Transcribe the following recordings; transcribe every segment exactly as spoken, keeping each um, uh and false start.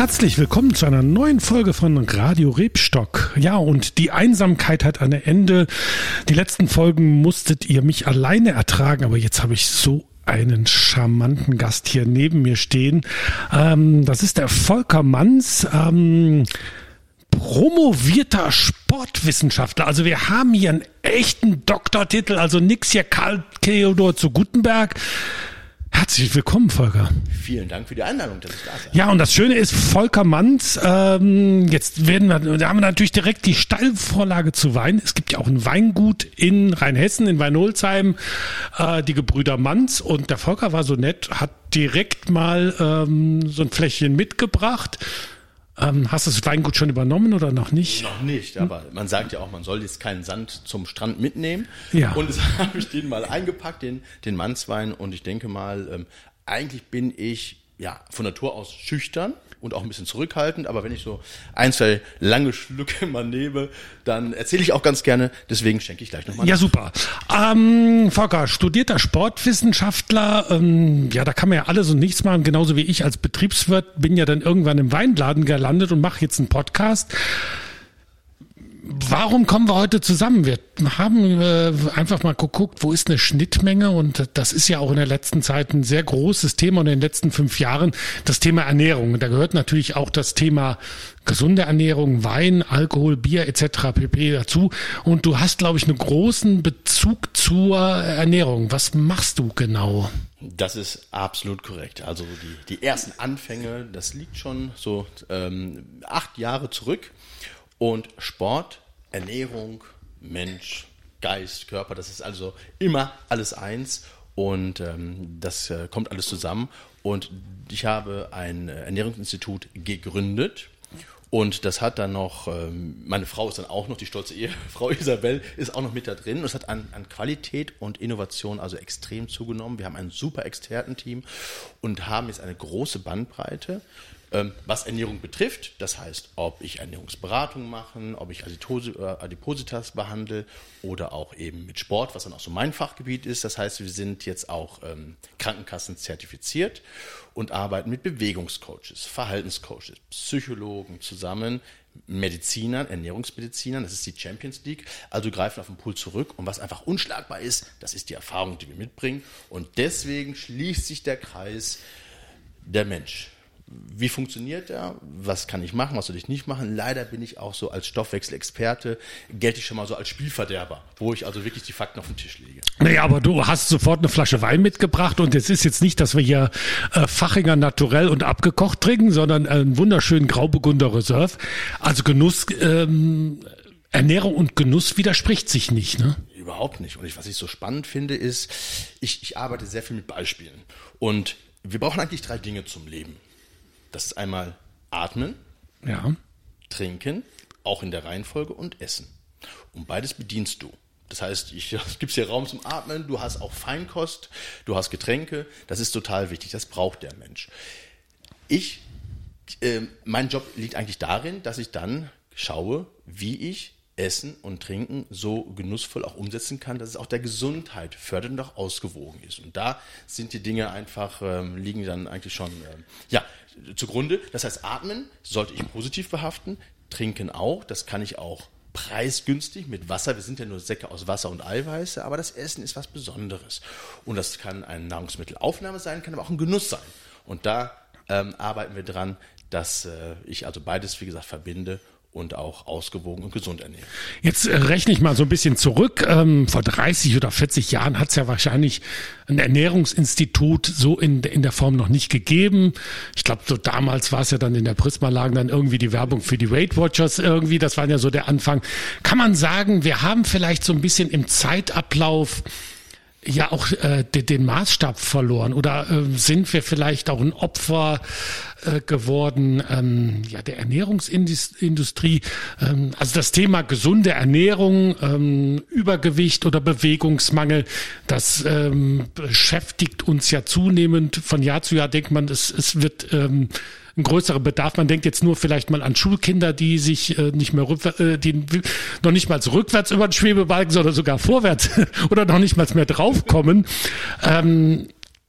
Herzlich willkommen zu einer neuen Folge von Radio Rebstock. Ja, und die Einsamkeit hat ein Ende. Die letzten Folgen musstet ihr mich alleine ertragen, aber jetzt habe ich so einen charmanten Gast hier neben mir stehen. Ähm, das ist der Volker Manz, ähm, promovierter Sportwissenschaftler. Also wir haben hier einen echten Doktortitel, also nix hier Karl Theodor zu Gutenberg. Herzlich willkommen, Volker. Vielen Dank für die Einladung, dass ich da bin. Ja, und das Schöne ist, Volker Manz, ähm, jetzt werden wir, da haben wir natürlich direkt die Steilvorlage zu Wein. Es gibt ja auch ein Weingut in Rheinhessen, in Weinholzheim, äh, die Gebrüder Manz. Und der Volker war so nett, hat direkt mal ähm, so ein Fläschchen mitgebracht. Ähm, hast du das Weingut schon übernommen oder noch nicht? Noch nicht, aber man sagt ja auch, man soll jetzt keinen Sand zum Strand mitnehmen. Ja. Und jetzt habe ich den mal eingepackt, den, den Manzwein. Und ich denke mal, ähm, eigentlich bin ich ja von Natur aus schüchtern und auch ein bisschen zurückhaltend. Aber wenn ich so ein, zwei lange Schlücke mal nehme, dann erzähle ich auch ganz gerne. Deswegen schenke ich gleich nochmal. Ja, super. Ähm, Volker, studierter Sportwissenschaftler. Ähm, ja, da kann man ja alles und nichts machen. Genauso wie ich als Betriebswirt bin ja dann irgendwann im Weinladen gelandet und mache jetzt einen Podcast. Warum kommen wir heute zusammen? Wir haben äh, einfach mal geguckt, wo ist eine Schnittmenge, und das ist ja auch in der letzten Zeit ein sehr großes Thema und in den letzten fünf Jahren das Thema Ernährung. Und da gehört natürlich auch das Thema gesunde Ernährung, Wein, Alkohol, Bier et cetera pp. Dazu. Und du hast, glaube ich, einen großen Bezug zur Ernährung. Was machst du genau? Das ist absolut korrekt. Also die, die ersten Anfänge, das liegt schon so ähm, acht Jahre zurück. Und Sport, Ernährung, Mensch, Geist, Körper, das ist also immer alles eins, und ähm, das äh, kommt alles zusammen. Und ich habe ein Ernährungsinstitut gegründet, und das hat dann noch, ähm, meine Frau ist dann auch noch, die stolze Ehefrau Isabel ist auch noch mit da drin. Und es hat an, an Qualität und Innovation also extrem zugenommen. Wir haben ein super Expertenteam und haben jetzt eine große Bandbreite, was Ernährung betrifft. Das heißt, ob ich Ernährungsberatung mache, ob ich Adipositas behandle oder auch eben mit Sport, was dann auch so mein Fachgebiet ist. Das heißt, wir sind jetzt auch ähm, Krankenkassen zertifiziert und arbeiten mit Bewegungscoaches, Verhaltenscoaches, Psychologen zusammen, Medizinern, Ernährungsmedizinern. Das ist die Champions League. Also greifen auf den Pool zurück. Und was einfach unschlagbar ist, das ist die Erfahrung, die wir mitbringen. Und deswegen schließt sich der Kreis der Mensch. Wie funktioniert er? Was kann ich machen? Was soll ich nicht machen? Leider bin ich auch so als Stoffwechselexperte, gelte ich schon mal so als Spielverderber, wo ich also wirklich die Fakten auf den Tisch lege. Naja, aber du hast sofort eine Flasche Wein mitgebracht, und es ist jetzt nicht, dass wir hier äh, Fachinger naturell und abgekocht trinken, sondern einen wunderschönen Grauburgunder Reserve. Also Genuss, ähm, Ernährung und Genuss widerspricht sich nicht, ne? Überhaupt nicht. Und ich, was ich so spannend finde, ist, ich, ich arbeite sehr viel mit Beispielen. Und wir brauchen eigentlich drei Dinge zum Leben. Das ist einmal Atmen, ja, Trinken, auch in der Reihenfolge, und Essen. Und beides bedienst du. Das heißt, ich, es gibt hier Raum zum Atmen, du hast auch Feinkost, du hast Getränke, das ist total wichtig, das braucht der Mensch. Ich, äh, mein Job liegt eigentlich darin, dass ich dann schaue, wie ich Essen und Trinken so genussvoll auch umsetzen kann, dass es auch der Gesundheit fördert und auch ausgewogen ist. Und da sind die Dinge einfach, ähm, liegen dann eigentlich schon, ähm, ja, zugrunde. Das heißt, Atmen sollte ich positiv behaften, Trinken auch, das kann ich auch preisgünstig mit Wasser. Wir sind ja nur Säcke aus Wasser und Eiweiße, aber das Essen ist was Besonderes. Und das kann eine Nahrungsmittelaufnahme sein, kann aber auch ein Genuss sein. Und da ähm, arbeiten wir dran, dass äh, ich also beides, wie gesagt, verbinde und auch ausgewogen und gesund ernähren. Jetzt äh, rechne ich mal so ein bisschen zurück. Ähm, vor dreißig oder vierzig Jahren hat es ja wahrscheinlich ein Ernährungsinstitut so in, in der Form noch nicht gegeben. Ich glaube, so damals war es ja dann in der Prisma, lagen dann irgendwie die Werbung für die Weight Watchers irgendwie. Das war ja so der Anfang. Kann man sagen, wir haben vielleicht so ein bisschen im Zeitablauf ja auch äh, den, den Maßstab verloren, oder äh, sind wir vielleicht auch ein Opfer äh, geworden ähm, ja der Ernährungsindustrie? Ähm, also das Thema gesunde Ernährung, ähm, Übergewicht oder Bewegungsmangel, das ähm, beschäftigt uns ja zunehmend. Von Jahr zu Jahr denkt man, es, es wird ähm, ein größerer Bedarf. Man denkt jetzt nur vielleicht mal an Schulkinder, die sich äh, nicht mehr rückwärts, äh, die noch nicht mal rückwärts über den Schwebebalken, sondern sogar vorwärts oder noch nicht mal mehr draufkommen. Ähm,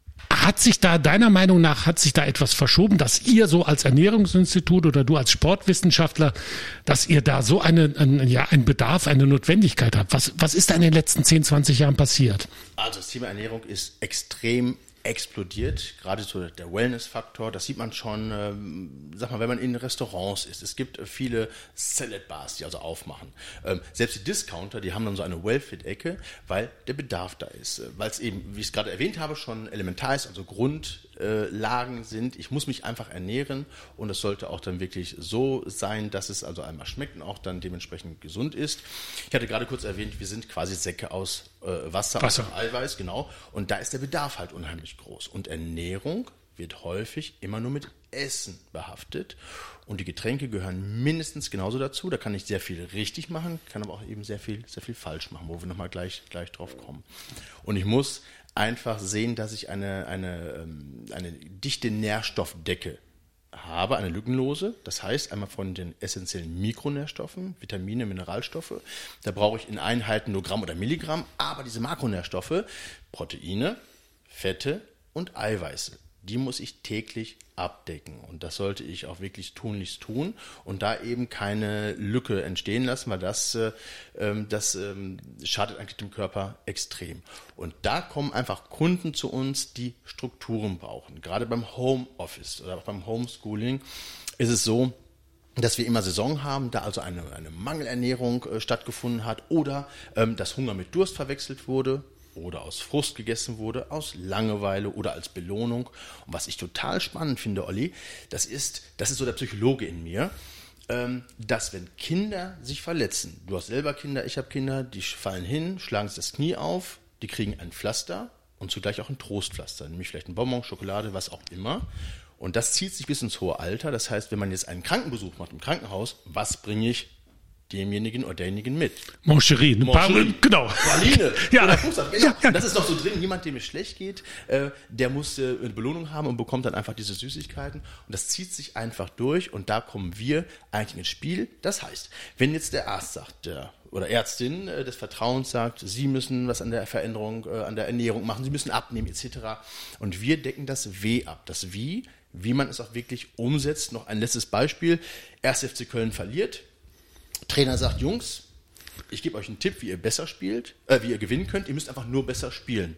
Hat sich da, deiner Meinung nach, hat sich da etwas verschoben, dass ihr so als Ernährungsinstitut oder du als Sportwissenschaftler, dass ihr da so eine, ein, ja, einen Bedarf, eine Notwendigkeit habt? Was, was ist da in den letzten zehn, zwanzig Jahren passiert? Also das Thema Ernährung ist extrem explodiert, gerade so der Wellness-Faktor, das sieht man schon, ähm, sag mal, wenn man in Restaurants ist. Es gibt viele Salad-Bars, die also aufmachen. Ähm, selbst die Discounter, die haben dann so eine Wellfit-Ecke, weil der Bedarf da ist. Weil es eben, wie ich es gerade erwähnt habe, schon elementar ist, also Grundlagen äh, sind. Ich muss mich einfach ernähren und es sollte auch dann wirklich so sein, dass es also einmal schmeckt und auch dann dementsprechend gesund ist. Ich hatte gerade kurz erwähnt, wir sind quasi Säcke aus äh, Wasser, Wasser. und Eiweiß, genau. Und da ist der Bedarf halt unheimlich groß. Und Ernährung wird häufig immer nur mit Essen behaftet. Und die Getränke gehören mindestens genauso dazu. Da kann ich sehr viel richtig machen, kann aber auch eben sehr viel, sehr viel falsch machen, wo wir nochmal gleich, gleich drauf kommen. Und ich muss einfach sehen, dass ich eine, eine, eine dichte Nährstoffdecke habe, eine lückenlose. Das heißt, einmal von den essentiellen Mikronährstoffen, Vitamine, Mineralstoffe. Da brauche ich in Einheiten nur Gramm oder Milligramm. Aber diese Makronährstoffe, Proteine, Fette und Eiweiße, die muss ich täglich abdecken. Und das sollte ich auch wirklich tunlichst tun und da eben keine Lücke entstehen lassen, weil das, äh, das äh, schadet eigentlich dem Körper extrem. Und da kommen einfach Kunden zu uns, die Strukturen brauchen. Gerade beim Homeoffice oder auch beim Homeschooling ist es so, dass wir immer Saison haben, da also eine, eine Mangelernährung äh, stattgefunden hat oder ähm, dass Hunger mit Durst verwechselt wurde oder aus Frust gegessen wurde, aus Langeweile oder als Belohnung. Und was ich total spannend finde, Olli, das ist, das ist so der Psychologe in mir, ähm, dass wenn Kinder sich verletzen, du hast selber Kinder, ich habe Kinder, die fallen hin, schlagen sich das Knie auf, die kriegen ein Pflaster und zugleich auch ein Trostpflaster, nämlich vielleicht ein Bonbon, Schokolade, was auch immer. Und das zieht sich bis ins hohe Alter. Das heißt, wenn man jetzt einen Krankenbesuch macht im Krankenhaus, was bringe ich demjenigen oder derjenigen mit? Moncherie, ein paar, genau. Praline. Ja. Oder Fußball, genau. Ja, ja. Das ist noch so drin. Jemand, dem es schlecht geht, äh, der muss äh, eine Belohnung haben und bekommt dann einfach diese Süßigkeiten. Und das zieht sich einfach durch. Und da kommen wir eigentlich ins Spiel. Das heißt, wenn jetzt der Arzt sagt, der oder Ärztin äh, des Vertrauens sagt, Sie müssen was an der Veränderung, äh, an der Ernährung machen, Sie müssen abnehmen et cetera. Und wir decken das W ab. Das Wie, wie man es auch wirklich umsetzt. Noch ein letztes Beispiel. erster F C Köln verliert. Trainer sagt, Jungs, ich gebe euch einen Tipp, wie ihr besser spielt, äh, wie ihr gewinnen könnt. Ihr müsst einfach nur besser spielen.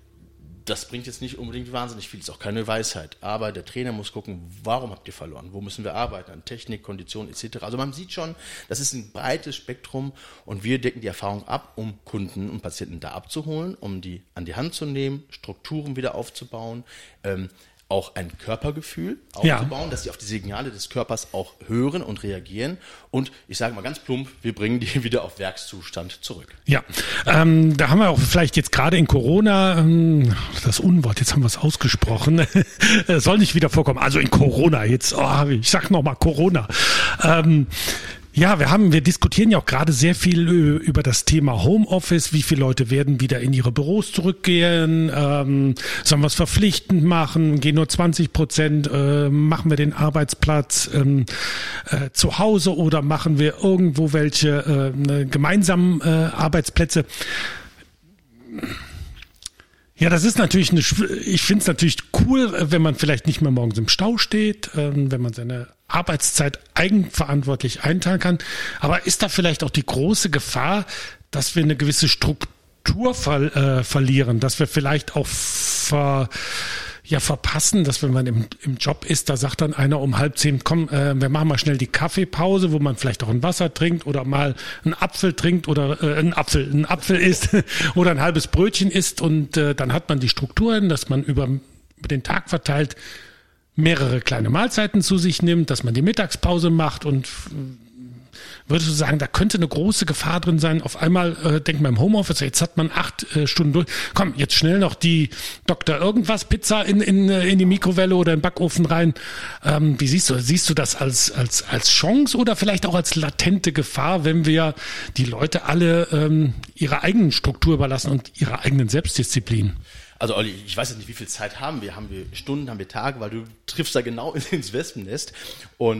Das bringt jetzt nicht unbedingt wahnsinnig viel, ist auch keine Weisheit. Aber der Trainer muss gucken, warum habt ihr verloren? Wo müssen wir arbeiten? An Technik, Kondition et cetera. Also man sieht schon, das ist ein breites Spektrum und wir decken die Erfahrung ab, um Kunden und Patienten da abzuholen, um die an die Hand zu nehmen, Strukturen wieder aufzubauen, ähm, auch ein Körpergefühl aufzubauen, ja, dass sie auf die Signale des Körpers auch hören und reagieren. Und ich sage mal ganz plump, wir bringen die wieder auf Werkszustand zurück. Ja, ähm, da haben wir auch vielleicht jetzt gerade in Corona, ähm, das Unwort, jetzt haben wir es ausgesprochen, soll nicht wieder vorkommen. Also in Corona, jetzt, oh, ich sag nochmal Corona. Ähm, Ja, wir haben, wir diskutieren ja auch gerade sehr viel über das Thema Homeoffice. Wie viele Leute werden wieder in ihre Büros zurückgehen? Ähm, sollen wir es verpflichtend machen? Gehen nur zwanzig Prozent? Äh, machen wir den Arbeitsplatz ähm, äh, zu Hause oder machen wir irgendwo welche äh, gemeinsamen äh, Arbeitsplätze? Ja, das ist natürlich eine, ich finde es natürlich cool, wenn man vielleicht nicht mehr morgens im Stau steht, wenn man seine Arbeitszeit eigenverantwortlich einteilen kann. Aber ist da vielleicht auch die große Gefahr, dass wir eine gewisse Struktur ver, äh, verlieren, dass wir vielleicht auch ver, ja, verpassen, dass wenn man im, im Job ist, da sagt dann einer um halb zehn, komm, äh, wir machen mal schnell die Kaffeepause, wo man vielleicht auch ein Wasser trinkt oder mal einen Apfel trinkt oder äh, einen Apfel, einen Apfel isst oder ein halbes Brötchen isst und äh, dann hat man die Strukturen, dass man über, über den Tag verteilt mehrere kleine Mahlzeiten zu sich nimmt, dass man die Mittagspause macht und würdest du sagen, da könnte eine große Gefahr drin sein? Auf einmal äh, denkt man im Homeoffice, jetzt hat man acht äh, Stunden durch. Komm, jetzt schnell noch die Doktor irgendwas Pizza in in in die Mikrowelle oder in den Backofen rein. Ähm, wie siehst du? Siehst du das als als als Chance oder vielleicht auch als latente Gefahr, wenn wir die Leute alle ähm, ihrer eigenen Struktur überlassen und ihrer eigenen Selbstdisziplin? Also Olli, ich weiß jetzt nicht, wie viel Zeit haben wir. Haben wir Stunden, haben wir Tage, weil du triffst da genau ins Wespennest. Und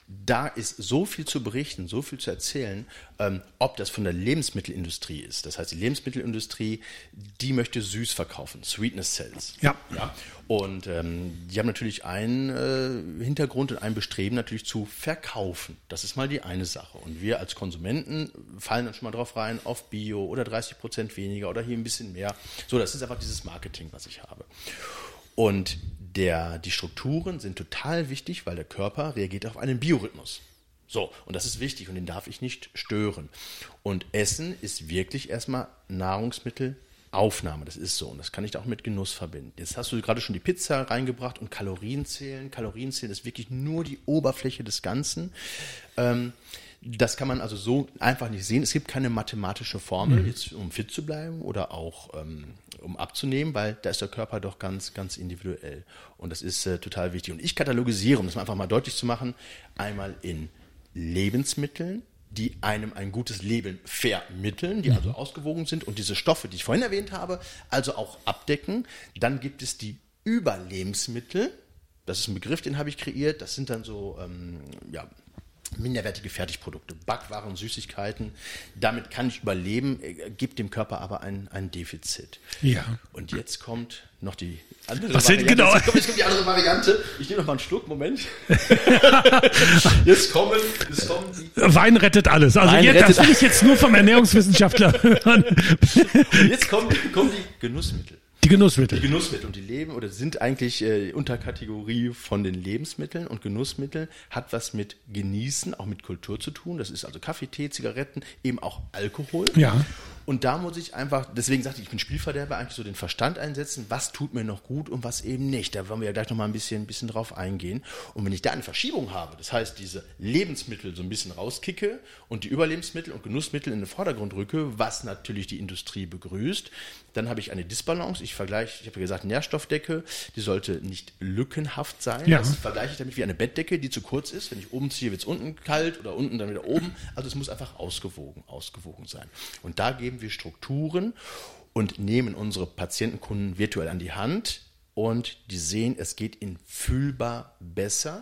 da ist so viel zu berichten, so viel zu erzählen, ähm, ob das von der Lebensmittelindustrie ist. Das heißt, die Lebensmittelindustrie, die möchte süß verkaufen, Sweetness Sells. Ja. Ja. Und ähm, die haben natürlich einen äh, Hintergrund und ein Bestreben natürlich zu verkaufen. Das ist mal die eine Sache. Und wir als Konsumenten fallen dann schon mal drauf rein, auf Bio oder dreißig Prozent weniger oder hier ein bisschen mehr. So, das ist einfach dieses Marketing, was ich habe. Und der, die Strukturen sind total wichtig, weil der Körper reagiert auf einen Biorhythmus. So, und das ist wichtig und den darf ich nicht stören. Und Essen ist wirklich erstmal Nahrungsmittelaufnahme, das ist so. Und das kann ich auch mit Genuss verbinden. Jetzt hast du gerade schon die Pizza reingebracht und Kalorien zählen. Kalorien zählen ist wirklich nur die Oberfläche des Ganzen. Ähm, Das kann man also so einfach nicht sehen. Es gibt keine mathematische Formel, jetzt, um fit zu bleiben oder auch ähm, um abzunehmen, weil da ist der Körper doch ganz, ganz individuell. Und das ist äh, total wichtig. Und ich katalogisiere, um das mal einfach mal deutlich zu machen, einmal in Lebensmitteln, die einem ein gutes Leben vermitteln, die also ausgewogen sind und diese Stoffe, die ich vorhin erwähnt habe, also auch abdecken. Dann gibt es die Überlebensmittel. Das ist ein Begriff, den habe ich kreiert. Das sind dann so, ähm, ja, minderwertige Fertigprodukte, Backwaren, Süßigkeiten. Damit kann ich überleben, gibt dem Körper aber ein, ein Defizit. Ja. Und jetzt kommt noch die andere Was Variante. sind genau? Jetzt kommt, jetzt kommt die andere Variante. Ich nehme noch mal einen Schluck, Moment. Jetzt kommen, jetzt kommen die... Wein rettet alles. Also Wein jetzt, rettet das will ich jetzt nur vom Ernährungswissenschaftler hören. Jetzt kommen, kommen die Genussmittel. Die Genussmittel. Die Genussmittel und die leben oder sind eigentlich äh, Unterkategorie von den Lebensmitteln und Genussmittel hat was mit Genießen, auch mit Kultur zu tun. Das ist also Kaffee, Tee, Zigaretten, eben auch Alkohol. Ja. Und da muss ich einfach, deswegen sagte ich, ich bin Spielverderber, eigentlich so den Verstand einsetzen, was tut mir noch gut und was eben nicht. Da wollen wir ja gleich nochmal ein bisschen, ein bisschen drauf eingehen. Und wenn ich da eine Verschiebung habe, das heißt, diese Lebensmittel so ein bisschen rauskicke und die Überlebensmittel und Genussmittel in den Vordergrund rücke, was natürlich die Industrie begrüßt, dann habe ich eine Disbalance. Ich vergleiche, ich habe ja gesagt, Nährstoffdecke, die sollte nicht lückenhaft sein. Ja. Das vergleiche ich damit wie eine Bettdecke, die zu kurz ist. Wenn ich oben ziehe, wird es unten kalt oder unten dann wieder oben. Also es muss einfach ausgewogen, ausgewogen sein. Und da geben wir Strukturen und nehmen unsere Patientenkunden virtuell an die Hand und die sehen, es geht ihnen fühlbar besser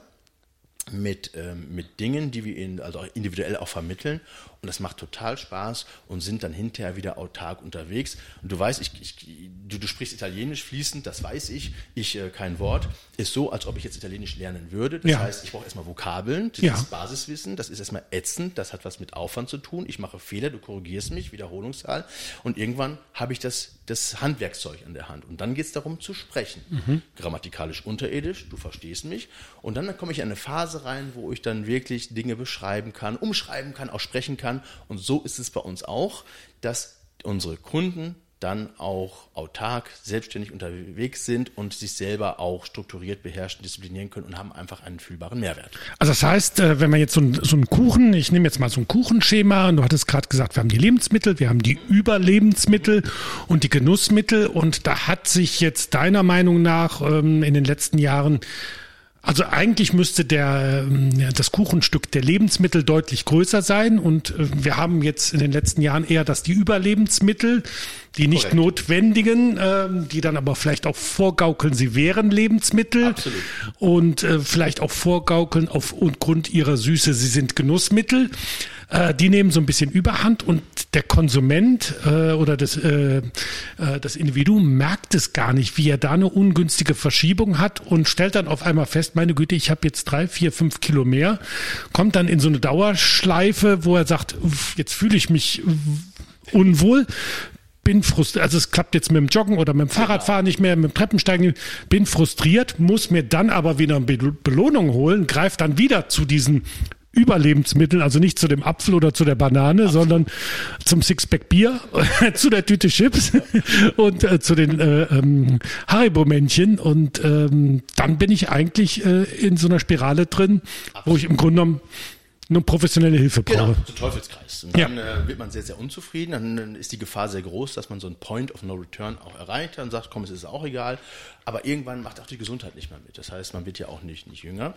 mit, ähm, mit Dingen, die wir ihnen also auch individuell auch vermitteln. Und das macht total Spaß und sind dann hinterher wieder autark unterwegs. Und du weißt, ich, ich, du, du sprichst Italienisch fließend, das weiß ich, ich äh, kein Wort. Ist so, als ob ich jetzt Italienisch lernen würde. Das ja. heißt, ich brauche erstmal Vokabeln, das ja. ist Basiswissen, das ist erstmal ätzend, das hat was mit Aufwand zu tun. Ich mache Fehler, du korrigierst mich, Wiederholungszahl. Und irgendwann habe ich das, das Handwerkszeug an der Hand. Und dann geht es darum zu sprechen. Mhm. Grammatikalisch unterirdisch, du verstehst mich. Und dann komme ich in eine Phase rein, wo ich dann wirklich Dinge beschreiben kann, umschreiben kann, auch sprechen kann. Und so ist es bei uns auch, dass unsere Kunden dann auch autark, selbstständig unterwegs sind und sich selber auch strukturiert beherrschen, disziplinieren können und haben einfach einen fühlbaren Mehrwert. Also das heißt, wenn man jetzt so einen so einen Kuchen, ich nehme jetzt mal so ein Kuchenschema, und du hattest gerade gesagt, wir haben die Lebensmittel, wir haben die Überlebensmittel und die Genussmittel, und da hat sich jetzt deiner Meinung nach in den letzten Jahren, also eigentlich müsste der, das Kuchenstück der Lebensmittel deutlich größer sein, und wir haben jetzt in den letzten Jahren eher, dass die Überlebensmittel, die nicht Korrekt. notwendigen, die dann aber vielleicht auch vorgaukeln, sie wären Lebensmittel. Absolut. Und vielleicht auch vorgaukeln aufgrund ihrer Süße, sie sind Genussmittel. Die nehmen so ein bisschen Überhand, und der Konsument äh, oder das, äh, das Individuum merkt es gar nicht, wie er da eine ungünstige Verschiebung hat, und stellt dann auf einmal fest, meine Güte, ich habe jetzt drei, vier, fünf Kilo mehr, kommt dann in so eine Dauerschleife, wo er sagt, jetzt fühle ich mich unwohl, bin frustriert, also es klappt jetzt mit dem Joggen oder mit dem Fahrradfahren nicht mehr, mit dem Treppensteigen, bin frustriert, muss mir dann aber wieder eine Be- Belohnung holen, greift dann wieder zu diesen Überlebensmitteln, also nicht zu dem Apfel oder zu der Banane, Absolut. sondern zum Sixpack Bier, zu der Tüte Chips und äh, zu den äh, ähm, Haribo-Männchen, und ähm, dann bin ich eigentlich äh, in so einer Spirale drin, Absolut. wo ich im Grunde genommen nur professionelle Hilfe brauche. Genau, so Teufelskreis. Und dann ja. äh, wird man sehr, sehr unzufrieden. Dann ist die Gefahr sehr groß, dass man so einen Point of No Return auch erreicht und sagt, komm, es ist auch egal. Aber irgendwann macht auch die Gesundheit nicht mehr mit. Das heißt, man wird ja auch nicht, nicht jünger.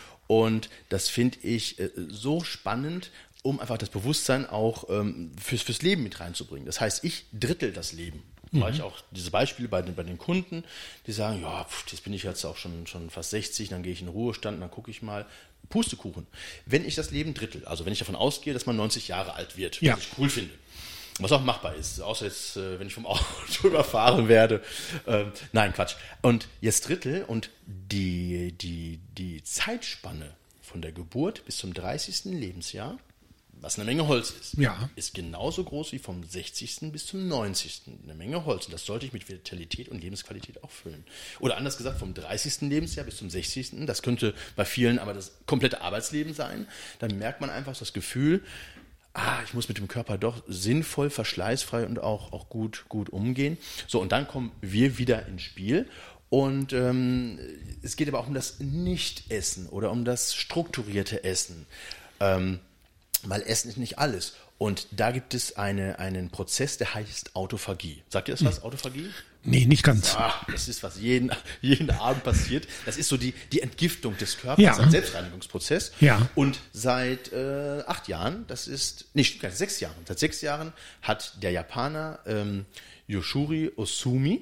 Und das finde ich äh, so spannend, um einfach das Bewusstsein auch ähm, fürs, fürs Leben mit reinzubringen. Das heißt, ich drittel das Leben. Mhm. War ich auch diese Beispiele bei den, bei den Kunden, die sagen, ja, pf, jetzt bin ich jetzt auch schon, schon fast sechzig, dann gehe ich in den Ruhestand, dann gucke ich mal. Pustekuchen. Wenn ich das Leben drittel, also wenn ich davon ausgehe, dass man neunzig Jahre alt wird, ja. was ich cool finde, was auch machbar ist, außer jetzt, äh, wenn ich vom Auto überfahren werde. Ähm, nein, Quatsch. Und jetzt Drittel und die, die, die Zeitspanne von der Geburt bis zum dreißigsten Lebensjahr, was eine Menge Holz ist, ja. ist genauso groß wie vom sechzigsten bis zum neunzigsten Eine Menge Holz. Und das sollte ich mit Vitalität und Lebensqualität auch füllen. Oder anders gesagt, vom dreißigsten Lebensjahr bis zum sechzigsten Das könnte bei vielen aber das komplette Arbeitsleben sein. Dann merkt man einfach das Gefühl, ah, ich muss mit dem Körper doch sinnvoll, verschleißfrei und auch, auch gut, gut umgehen. So, und dann kommen wir wieder ins Spiel. Und ähm, es geht aber auch um das Nicht-Essen oder um das strukturierte Essen. Ähm, Weil Essen ist nicht alles. Und da gibt es eine, einen Prozess, der heißt Autophagie. Sagt ihr das was, Autophagie? Nee, nicht ganz. Ah, das ist, was jeden, jeden Abend passiert. Das ist so die, die Entgiftung des Körpers, ja. ein Selbstreinigungsprozess. Ja. Und seit äh, acht Jahren, das ist, nee, seit sechs Jahren, seit sechs Jahren hat der Japaner ähm, Yoshuri Ohsumi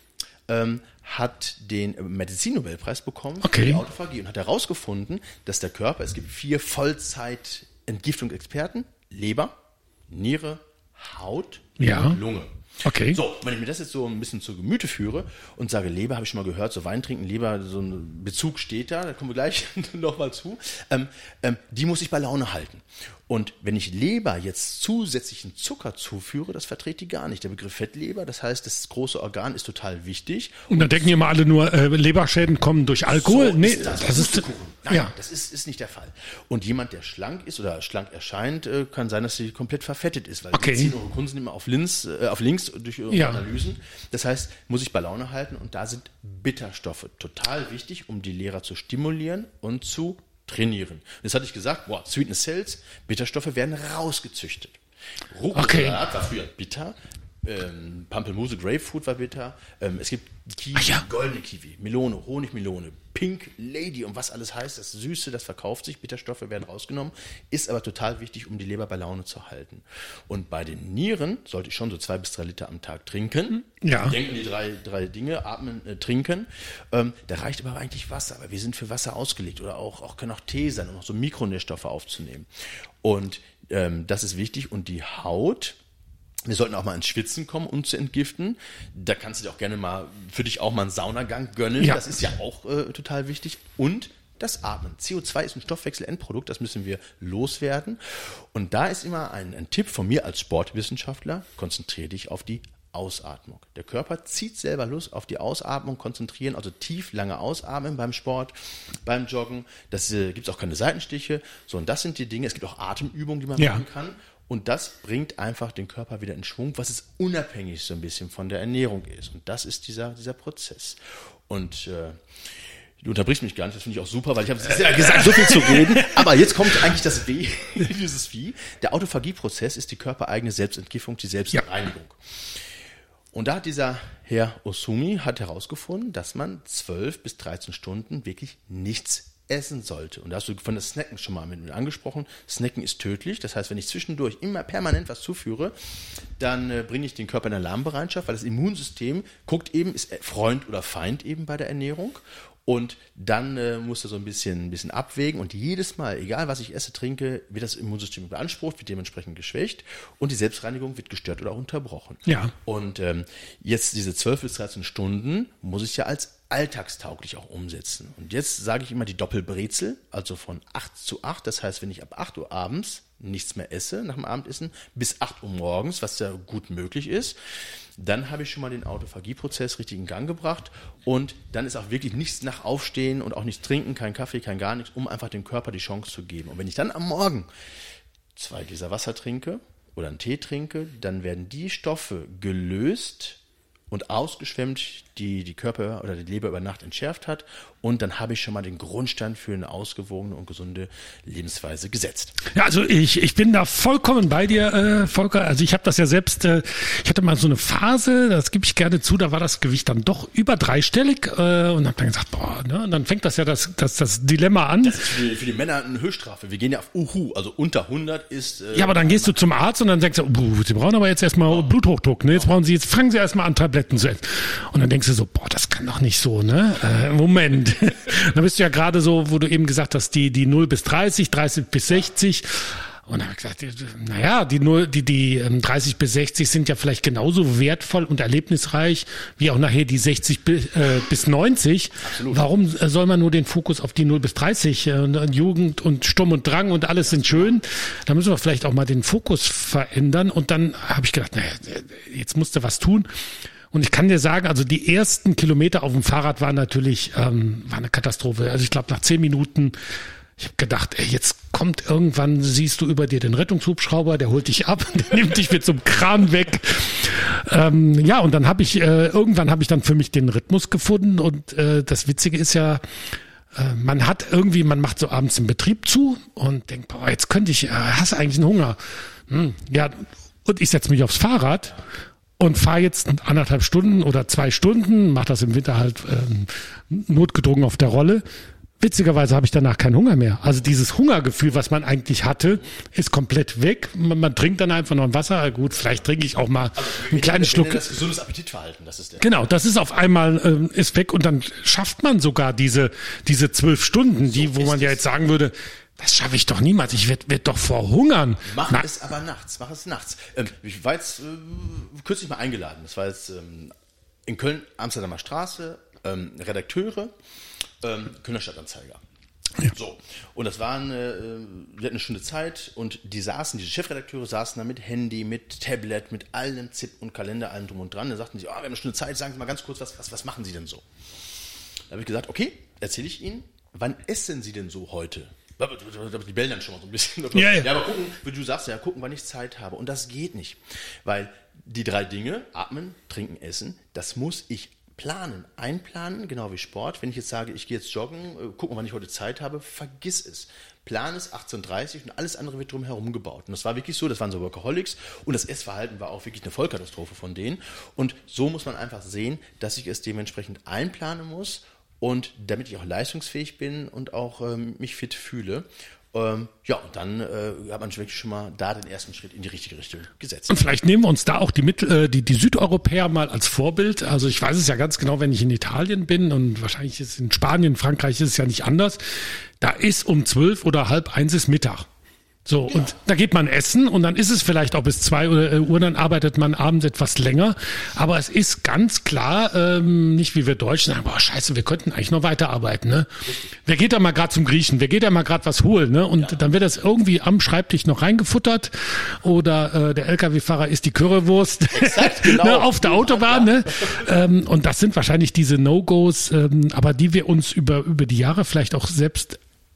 ähm, hat den Medizinnobelpreis bekommen okay. für die Autophagie und hat herausgefunden, dass der Körper, es gibt vier Vollzeit Entgiftungsexperten, Leber, Niere, Haut ja. und Lunge. Okay. So, wenn ich mir das jetzt so ein bisschen zu Gemüte führe und sage, Leber, habe ich schon mal gehört, so Wein trinken, Leber, so ein Bezug steht da, da kommen wir gleich nochmal zu, ähm, ähm, die muss ich bei Laune halten. Und wenn ich Leber jetzt zusätzlichen Zucker zuführe, das verträgt die gar nicht. Der Begriff Fettleber, das heißt, das große Organ ist total wichtig. Und dann denken immer alle nur, äh, Leberschäden kommen durch Alkohol. So nee, ist das, das ist Nein, ja. das ist, ist nicht der Fall. Und jemand, der schlank ist oder schlank erscheint, äh, kann sein, dass sie komplett verfettet ist, weil okay. die ziehen eure Kunden immer auf links, äh, auf links durch ihre ja. Analysen. Das heißt, muss ich bei Laune halten und da sind Bitterstoffe total wichtig, um die Leber zu stimulieren und zu trainieren. Das hatte ich gesagt, boah, Sweetness Cells, Bitterstoffe werden rausgezüchtet. Rucola okay. war früher bitter. Ähm, Pampelmuse, Grapefruit war bitter. Ähm, es gibt Kiwi, ja. goldene Kiwi, Melone, Honigmelone, Pink Lady und was alles heißt. Das Süße, das verkauft sich, Bitterstoffe werden rausgenommen, ist aber total wichtig, um die Leber bei Laune zu halten. Und bei den Nieren sollte ich schon so zwei bis drei Liter am Tag trinken. Ja. Denken die drei, drei Dinge, atmen, äh, trinken. Ähm, da reicht aber eigentlich Wasser, aber wir sind für Wasser ausgelegt oder auch, auch können auch Tee sein, um noch so Mikronährstoffe aufzunehmen. Und ähm, das ist wichtig. Und die Haut, wir sollten auch mal ins Schwitzen kommen, um zu entgiften. Da kannst du dir auch gerne mal für dich auch mal einen Saunagang gönnen. Ja. Das ist ja auch äh, total wichtig. Und das Atmen. C O zwei ist ein Stoffwechselendprodukt, das müssen wir loswerden. Und da ist immer ein, ein Tipp von mir als Sportwissenschaftler, konzentriere dich auf die Ausatmung. Der Körper zieht selber Lust auf die Ausatmung, konzentrieren, also tief, lange ausatmen beim Sport, beim Joggen. Das äh, gibt es auch keine Seitenstiche. So, und das sind die Dinge. Es gibt auch Atemübungen, die man ja. machen kann. Und das bringt einfach den Körper wieder in Schwung, was es unabhängig so ein bisschen von der Ernährung ist. Und das ist dieser, dieser Prozess. Und äh, du unterbrichst mich gar nicht, das finde ich auch super, weil ich habe ja gesagt, so viel zu reden. Aber jetzt kommt eigentlich das W, dieses Wie. Der Autophagie-Prozess ist die körpereigene Selbstentgiftung, die Selbstreinigung. Ja. Und da hat dieser Herr Ohsumi hat herausgefunden, dass man zwölf bis dreizehn Stunden wirklich nichts essen sollte. Und da hast du von das Snacken schon mal mit mir angesprochen. Snacken ist tödlich. Das heißt, wenn ich zwischendurch immer permanent was zuführe, dann äh, bringe ich den Körper in Alarmbereitschaft, weil das Immunsystem guckt eben, ist Freund oder Feind eben bei der Ernährung. Und dann äh, muss er so ein bisschen, ein bisschen abwägen. Und jedes Mal, egal was ich esse, trinke, wird das Immunsystem beansprucht, wird dementsprechend geschwächt. Und die Selbstreinigung wird gestört oder auch unterbrochen. Ja. Und ähm, jetzt diese zwölf bis dreizehn Stunden muss ich ja als alltagstauglich auch umsetzen. Und jetzt sage ich immer die Doppelbrezel, also von acht zu acht. Das heißt, wenn ich ab acht Uhr abends nichts mehr esse nach dem Abendessen, bis acht Uhr morgens, was ja gut möglich ist, dann habe ich schon mal den Autophagie-Prozess richtig in Gang gebracht und dann ist auch wirklich nichts nach Aufstehen und auch nichts trinken, kein Kaffee, kein gar nichts, um einfach dem Körper die Chance zu geben. Und wenn ich dann am Morgen zwei Gläser Wasser trinke oder einen Tee trinke, dann werden die Stoffe gelöst und ausgeschwemmt die, die Körper oder die Leber über Nacht entschärft hat. Und dann habe ich schon mal den Grundstein für eine ausgewogene und gesunde Lebensweise gesetzt. Ja, also ich, ich bin da vollkommen bei dir, äh, Volker. Also ich habe das ja selbst, äh, ich hatte mal so eine Phase, das gebe ich gerne zu, da war das Gewicht dann doch über dreistellig äh, und habe dann gesagt, boah, ne? Und dann fängt das ja das, das, das Dilemma an. Das ist für die, für die Männer eine Höchststrafe. Wir gehen ja auf Uhu, also unter hundert ist... Äh, ja, aber dann gehst du zum Arzt und dann sagst du, oh, Sie brauchen aber jetzt erstmal Bluthochdruck, ne? Jetzt brauchen Sie, jetzt fangen Sie erstmal an, Tabletten zu essen. Und dann denkst du so, boah, das kann doch nicht so, ne? Äh, Moment. Da bist du ja gerade so, wo du eben gesagt hast, die, die null bis dreißig, dreißig bis sechzig. Und dann habe ich gesagt, naja, die, null, die, die dreißig bis sechzig sind ja vielleicht genauso wertvoll und erlebnisreich wie auch nachher die sechzig bis neunzig. Absolut. Warum soll man nur den Fokus auf die null bis dreißig? Jugend und Sturm und Drang und alles sind schön. Da müssen wir vielleicht auch mal den Fokus verändern. Und dann habe ich gedacht, naja, jetzt musst du was tun. Und ich kann dir sagen, also die ersten Kilometer auf dem Fahrrad waren natürlich ähm, war eine Katastrophe. Also ich glaube, nach zehn Minuten, ich habe gedacht, ey, jetzt kommt irgendwann, siehst du über dir den Rettungshubschrauber, der holt dich ab, der nimmt dich mit zum Kran weg. Ähm, ja, und dann habe ich, äh, irgendwann habe ich dann für mich den Rhythmus gefunden. Und äh, das Witzige ist ja, äh, man hat irgendwie, man macht so abends den Betrieb zu und denkt, boah, jetzt könnte ich, äh, hast du eigentlich einen Hunger? Hm, ja, und ich setze mich aufs Fahrrad und fahre jetzt anderthalb Stunden oder zwei Stunden, mache das im Winter halt ähm, notgedrungen auf der Rolle. Witzigerweise habe ich danach keinen Hunger mehr. Also dieses Hungergefühl, was man eigentlich hatte, ist komplett weg. Man, man trinkt dann einfach noch ein Wasser. Gut, vielleicht trinke ich auch mal also, einen kleinen Schluck. Das gesundes Appetitverhalten, das ist der. Genau, das ist auf einmal ähm, ist weg und dann schafft man sogar diese diese zwölf Stunden, so die, wo man ja jetzt sagen würde, das schaffe ich doch niemals. Ich werde werd doch verhungern. Mach Na, es aber nachts. Mach es nachts. Ähm, ich war jetzt äh, kürzlich mal eingeladen. Das war jetzt ähm, in Köln, Amsterdamer Straße, ähm, Redakteure, ähm, Kölner Stadtanzeiger. Ja. So. Und das waren, äh, wir hatten eine Stunde Zeit und die saßen, diese Chefredakteure saßen da mit Handy, mit Tablet, mit allem Zip und Kalender, allem drum und dran. Da sagten sie, oh, wir haben eine Stunde Zeit, sagen Sie mal ganz kurz, was, was, was machen Sie denn so? Da habe ich gesagt, okay, erzähle ich Ihnen, wann essen Sie denn so heute? Die bellen dann schon mal so ein bisschen. Ja, ja. ja, aber gucken, wie du sagst, ja, gucken, wann ich Zeit habe. Und das geht nicht. Weil die drei Dinge, atmen, trinken, essen, das muss ich planen, einplanen, genau wie Sport. Wenn ich jetzt sage, ich gehe jetzt joggen, gucken, wann ich heute Zeit habe, vergiss es. Plan ist achtzehn Uhr dreißig und alles andere wird drum herum gebaut. Und das war wirklich so, das waren so Workaholics und das Essverhalten war auch wirklich eine Vollkatastrophe von denen. Und so muss man einfach sehen, dass ich es dementsprechend einplanen muss. Und damit ich auch leistungsfähig bin und auch ähm, mich fit fühle. Ähm, ja, und dann äh, hat man wirklich schon mal da den ersten Schritt in die richtige Richtung gesetzt. Und vielleicht nehmen wir uns da auch die, Mittel, äh, die, die Südeuropäer mal als Vorbild. Also ich weiß es ja ganz genau, wenn ich in Italien bin und wahrscheinlich ist es in Spanien, Frankreich ist es ja nicht anders. Da ist um zwölf oder halb eins ist Mittag. So, ja. Und da geht man essen und dann ist es vielleicht auch bis zwei Uhr, dann arbeitet man abends etwas länger. Aber es ist ganz klar, ähm, nicht wie wir Deutschen sagen, boah, scheiße, wir könnten eigentlich noch weiterarbeiten. Ne? Wer geht da mal gerade zum Griechen? Wer geht da mal gerade was holen? Ne? Und ja. Dann wird das irgendwie am Schreibtisch noch reingefuttert oder äh, der L K W-Fahrer isst die Currywurst Exakt, genau. ne, auf der Autobahn. Ja. Ne? Ähm, und das sind wahrscheinlich diese No-Gos, ähm, aber die wir uns über, über die Jahre vielleicht auch selbst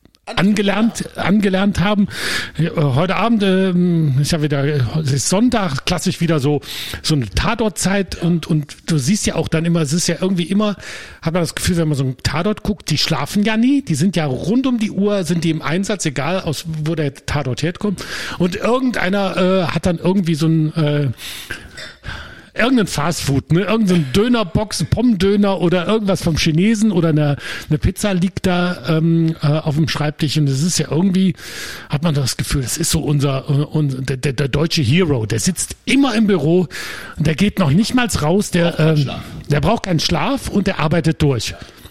angelernt angelernt haben. Heute Abend ähm, ist ja wieder, es ist Sonntag, klassisch wieder so so eine Tatortzeit und und du siehst ja auch dann immer, es ist ja irgendwie immer, hat man das Gefühl, wenn man so einen Tatort guckt, die schlafen ja nie, die sind ja rund um die Uhr, sind die im Einsatz, egal aus wo der Tatort herkommt. Und irgendeiner äh, hat dann irgendwie so ein äh, irgendein Fastfood, ne, irgendein Dönerbox, Pommdöner oder irgendwas vom Chinesen oder eine, eine Pizza liegt da ähm, äh, auf dem Schreibtisch und es ist ja irgendwie, hat man das Gefühl, das ist so unser, uh, unser der, der, der deutsche Hero, der sitzt immer im Büro, der geht noch nicht mal raus, der, ähm, der braucht keinen Schlaf und der arbeitet durch.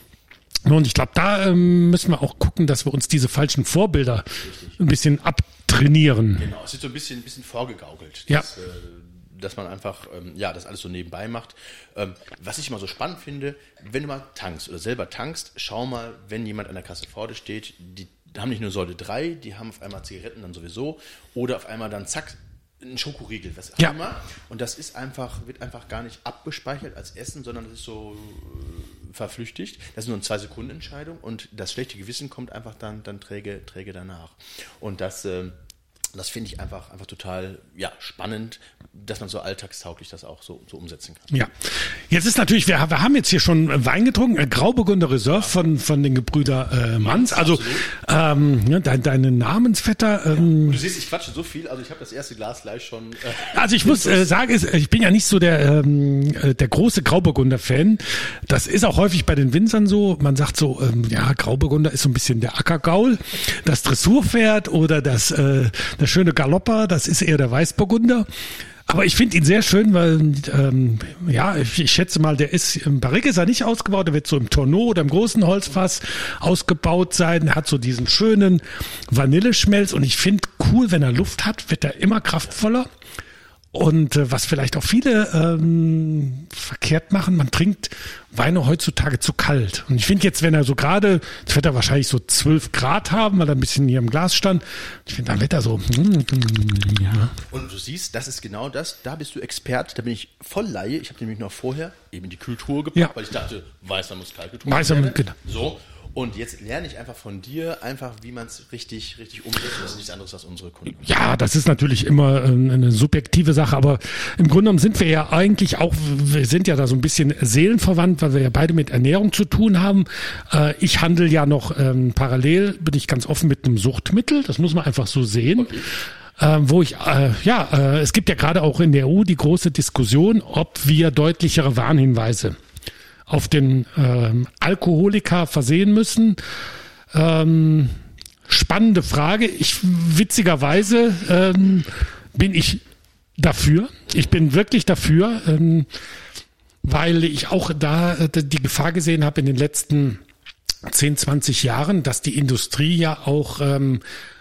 Und ich glaube, da ähm, müssen wir auch gucken, dass wir uns diese falschen Vorbilder Richtig. ein bisschen abtrainieren. Genau, es ist so ein bisschen, ein bisschen vorgegaukelt. Ja. Das, äh, dass man einfach, ähm, ja, das alles so nebenbei macht. Ähm, was ich immer so spannend finde, wenn du mal tankst oder selber tankst, schau mal, wenn jemand an der Kasse vor dir steht, die haben nicht nur Säule drei, die haben auf einmal Zigaretten dann sowieso oder auf einmal dann zack, ein Schokoriegel, was auch ja. immer. Und das ist einfach, wird einfach gar nicht abgespeichert als Essen, sondern das ist so äh, verflüchtigt. Das ist nur eine Zwei-Sekunden-Entscheidung und das schlechte Gewissen kommt einfach dann, dann träge, träge danach. Und das, äh, Und das finde ich einfach, einfach total ja, spannend, dass man so alltagstauglich das auch so, so umsetzen kann. Ja, jetzt ist natürlich, wir, wir haben jetzt hier schon Wein getrunken, äh, Grauburgunder Reserve von, von den Gebrüder äh, Manz. Also ähm, ja, dein, deine Namensvetter. Ähm, ja. Du siehst, ich quatsche so viel, also ich habe das erste Glas gleich schon. Äh, also ich muss äh, sagen, ist, ich bin ja nicht so der, ähm, der große Grauburgunder-Fan. Das ist auch häufig bei den Winzern so. Man sagt so, ähm, ja, Grauburgunder ist so ein bisschen der Ackergaul, das Dressurpferd oder das äh, der schöne Galopper, das ist eher der Weißburgunder. Aber ich finde ihn sehr schön, weil, ähm, ja, ich, ich schätze mal, der ist, im Barrique ist er nicht ausgebaut, der wird so im Tonneau oder im großen Holzfass ausgebaut sein. Er hat so diesen schönen Vanilleschmelz und ich finde cool, wenn er Luft hat, wird er immer kraftvoller. Und äh, was vielleicht auch viele ähm, verkehrt machen, man trinkt Weine heutzutage zu kalt. Und ich finde jetzt, wenn er so gerade, jetzt wird er wahrscheinlich so zwölf Grad haben, weil er ein bisschen hier im Glas stand. Ich finde, dann wird er so. Ja. Und du siehst, das ist genau das. Da bist du Expert, da bin ich voll Laie. Ich habe nämlich noch vorher eben die Kultur gepackt, ja. weil ich dachte, weißer muss kalt getrunken weißer, werden. Genau. So. Und jetzt lerne ich einfach von dir, einfach wie man es richtig, richtig umsetzt. Das ist nichts anderes als unsere Kunden. Ja, das ist natürlich immer eine subjektive Sache, aber im Grunde genommen sind wir ja eigentlich auch, wir sind ja da so ein bisschen seelenverwandt, weil wir ja beide mit Ernährung zu tun haben. Ich handle ja noch ähm, parallel, bin ich ganz offen, mit einem Suchtmittel. Das muss man einfach so sehen. Okay. Ähm, wo ich, äh, ja, äh, es gibt ja gerade auch in der E U die große Diskussion, ob wir deutlichere Warnhinweise auf den ähm, Alkoholiker versehen müssen. Ähm, spannende Frage. Ich witzigerweise ähm, bin ich dafür. Ich bin wirklich dafür, ähm, weil ich auch da äh, die Gefahr gesehen habe in den letzten zehn, zwanzig Jahren, dass die Industrie ja auch ähm,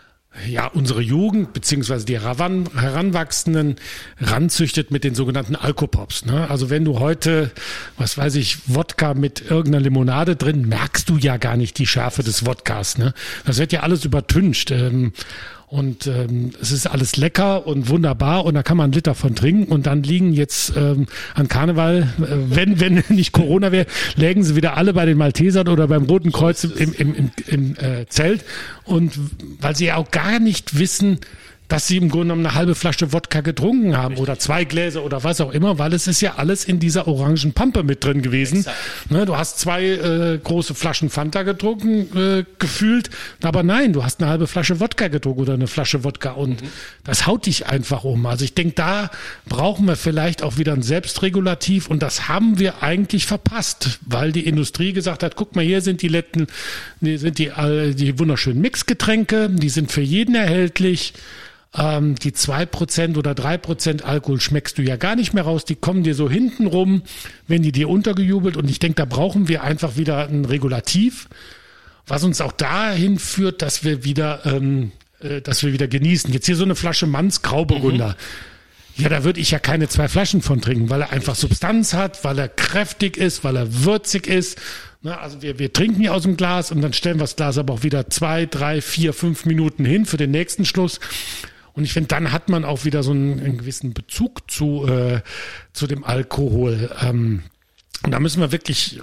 ja, unsere Jugend beziehungsweise die heran, Heranwachsenden ranzüchtet mit den sogenannten Alkopops. Ne? Also wenn du heute, was weiß ich, Wodka mit irgendeiner Limonade drin, merkst du ja gar nicht die Schärfe des Wodkas. Ne? Das wird ja alles übertüncht. Ähm, Und ähm, es ist alles lecker und wunderbar und da kann man einen Liter von trinken und dann liegen jetzt ähm, an Karneval, äh, wenn wenn nicht Corona wäre, lägen sie wieder alle bei den Maltesern oder beim Roten Kreuz im, im, im, im äh, Zelt. Und weil sie ja auch gar nicht wissen, dass sie im Grunde genommen eine halbe Flasche Wodka getrunken haben. Richtig. Oder zwei Gläser oder was auch immer, weil es ist ja alles in dieser orangen Pampe mit drin gewesen. Ne, du hast zwei äh, große Flaschen Fanta getrunken, äh, gefühlt, aber nein, du hast eine halbe Flasche Wodka getrunken oder eine Flasche Wodka und mhm. das haut dich einfach um. Also ich denke, da brauchen wir vielleicht auch wieder ein Selbstregulativ und das haben wir eigentlich verpasst, weil die Industrie gesagt hat, guck mal, hier sind die letzten, sind die, äh, die wunderschönen Mixgetränke, die sind für jeden erhältlich. Ähm, die zwei Prozent oder drei Prozent Alkohol schmeckst du ja gar nicht mehr raus. Die kommen dir so hinten rum, wenn die dir untergejubelt. Und ich denke, da brauchen wir einfach wieder ein Regulativ, was uns auch dahin führt, dass wir wieder, ähm, äh, dass wir wieder genießen. Jetzt hier so eine Flasche Manns Grauburgunder. Mhm. Ja, da würde ich ja keine zwei Flaschen von trinken, weil er einfach Substanz hat, weil er kräftig ist, weil er würzig ist. Na, also wir, wir trinken hier aus dem Glas und dann stellen wir das Glas aber auch wieder zwei, drei, vier, fünf Minuten hin für den nächsten Schluss. Und ich finde, dann hat man auch wieder so einen, einen gewissen Bezug zu, äh, zu dem Alkohol. Ähm, und da müssen wir wirklich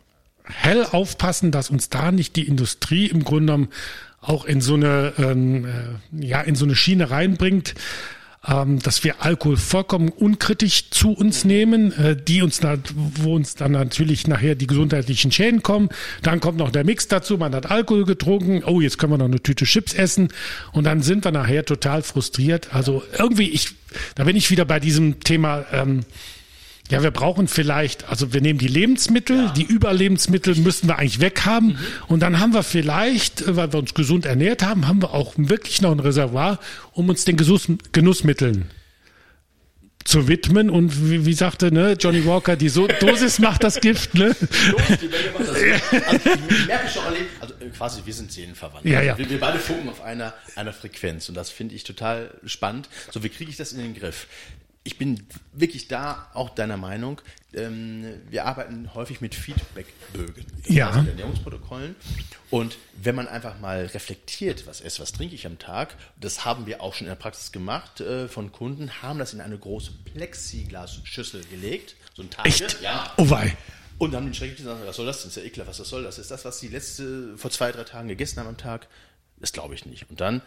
hell aufpassen, dass uns da nicht die Industrie im Grunde genommen auch in so eine, ähm, äh, ja, in so eine Schiene reinbringt, ähm, dass wir Alkohol vollkommen unkritisch zu uns nehmen, äh, die uns da, wo uns dann natürlich nachher die gesundheitlichen Schäden kommen. Dann kommt noch der Mix dazu, man hat Alkohol getrunken, oh, jetzt können wir noch eine Tüte Chips essen und dann sind wir nachher total frustriert. Also irgendwie, ich, da bin ich wieder bei diesem Thema, ähm, ja, wir brauchen vielleicht, also wir nehmen die Lebensmittel, ja. die Überlebensmittel müssen wir eigentlich weghaben. Mhm. Und dann haben wir vielleicht, weil wir uns gesund ernährt haben, haben wir auch wirklich noch ein Reservoir, um uns den Genuss, Genussmitteln zu widmen. Und wie, wie sagte ne, Johnny Walker, die so Dosis macht das Gift. Ne? Die Menge macht das Gift. Also ich merke schon, also quasi, wir sind seelenverwandt. Ja, ja. Wir, wir beide funken auf einer, einer Frequenz und das finde ich total spannend. So, wie kriege ich das in den Griff? Ich bin wirklich da auch deiner Meinung. Ähm, wir arbeiten häufig mit Feedbackbögen, ja. also mit Ernährungsprotokollen. Und wenn man einfach mal reflektiert, was esse, was trinke ich am Tag, das haben wir auch schon in der Praxis gemacht äh, von Kunden, haben das in eine große Plexiglas-Schüssel gelegt, so ein Tage. Echt? Ja. Oh wei. Und haben den schrecklich gesagt, was soll das? Das ist ja ekelhaft, was das soll. Das ist das, was die letzte vor zwei, drei Tagen gegessen haben am Tag. Das glaube ich nicht. Und dann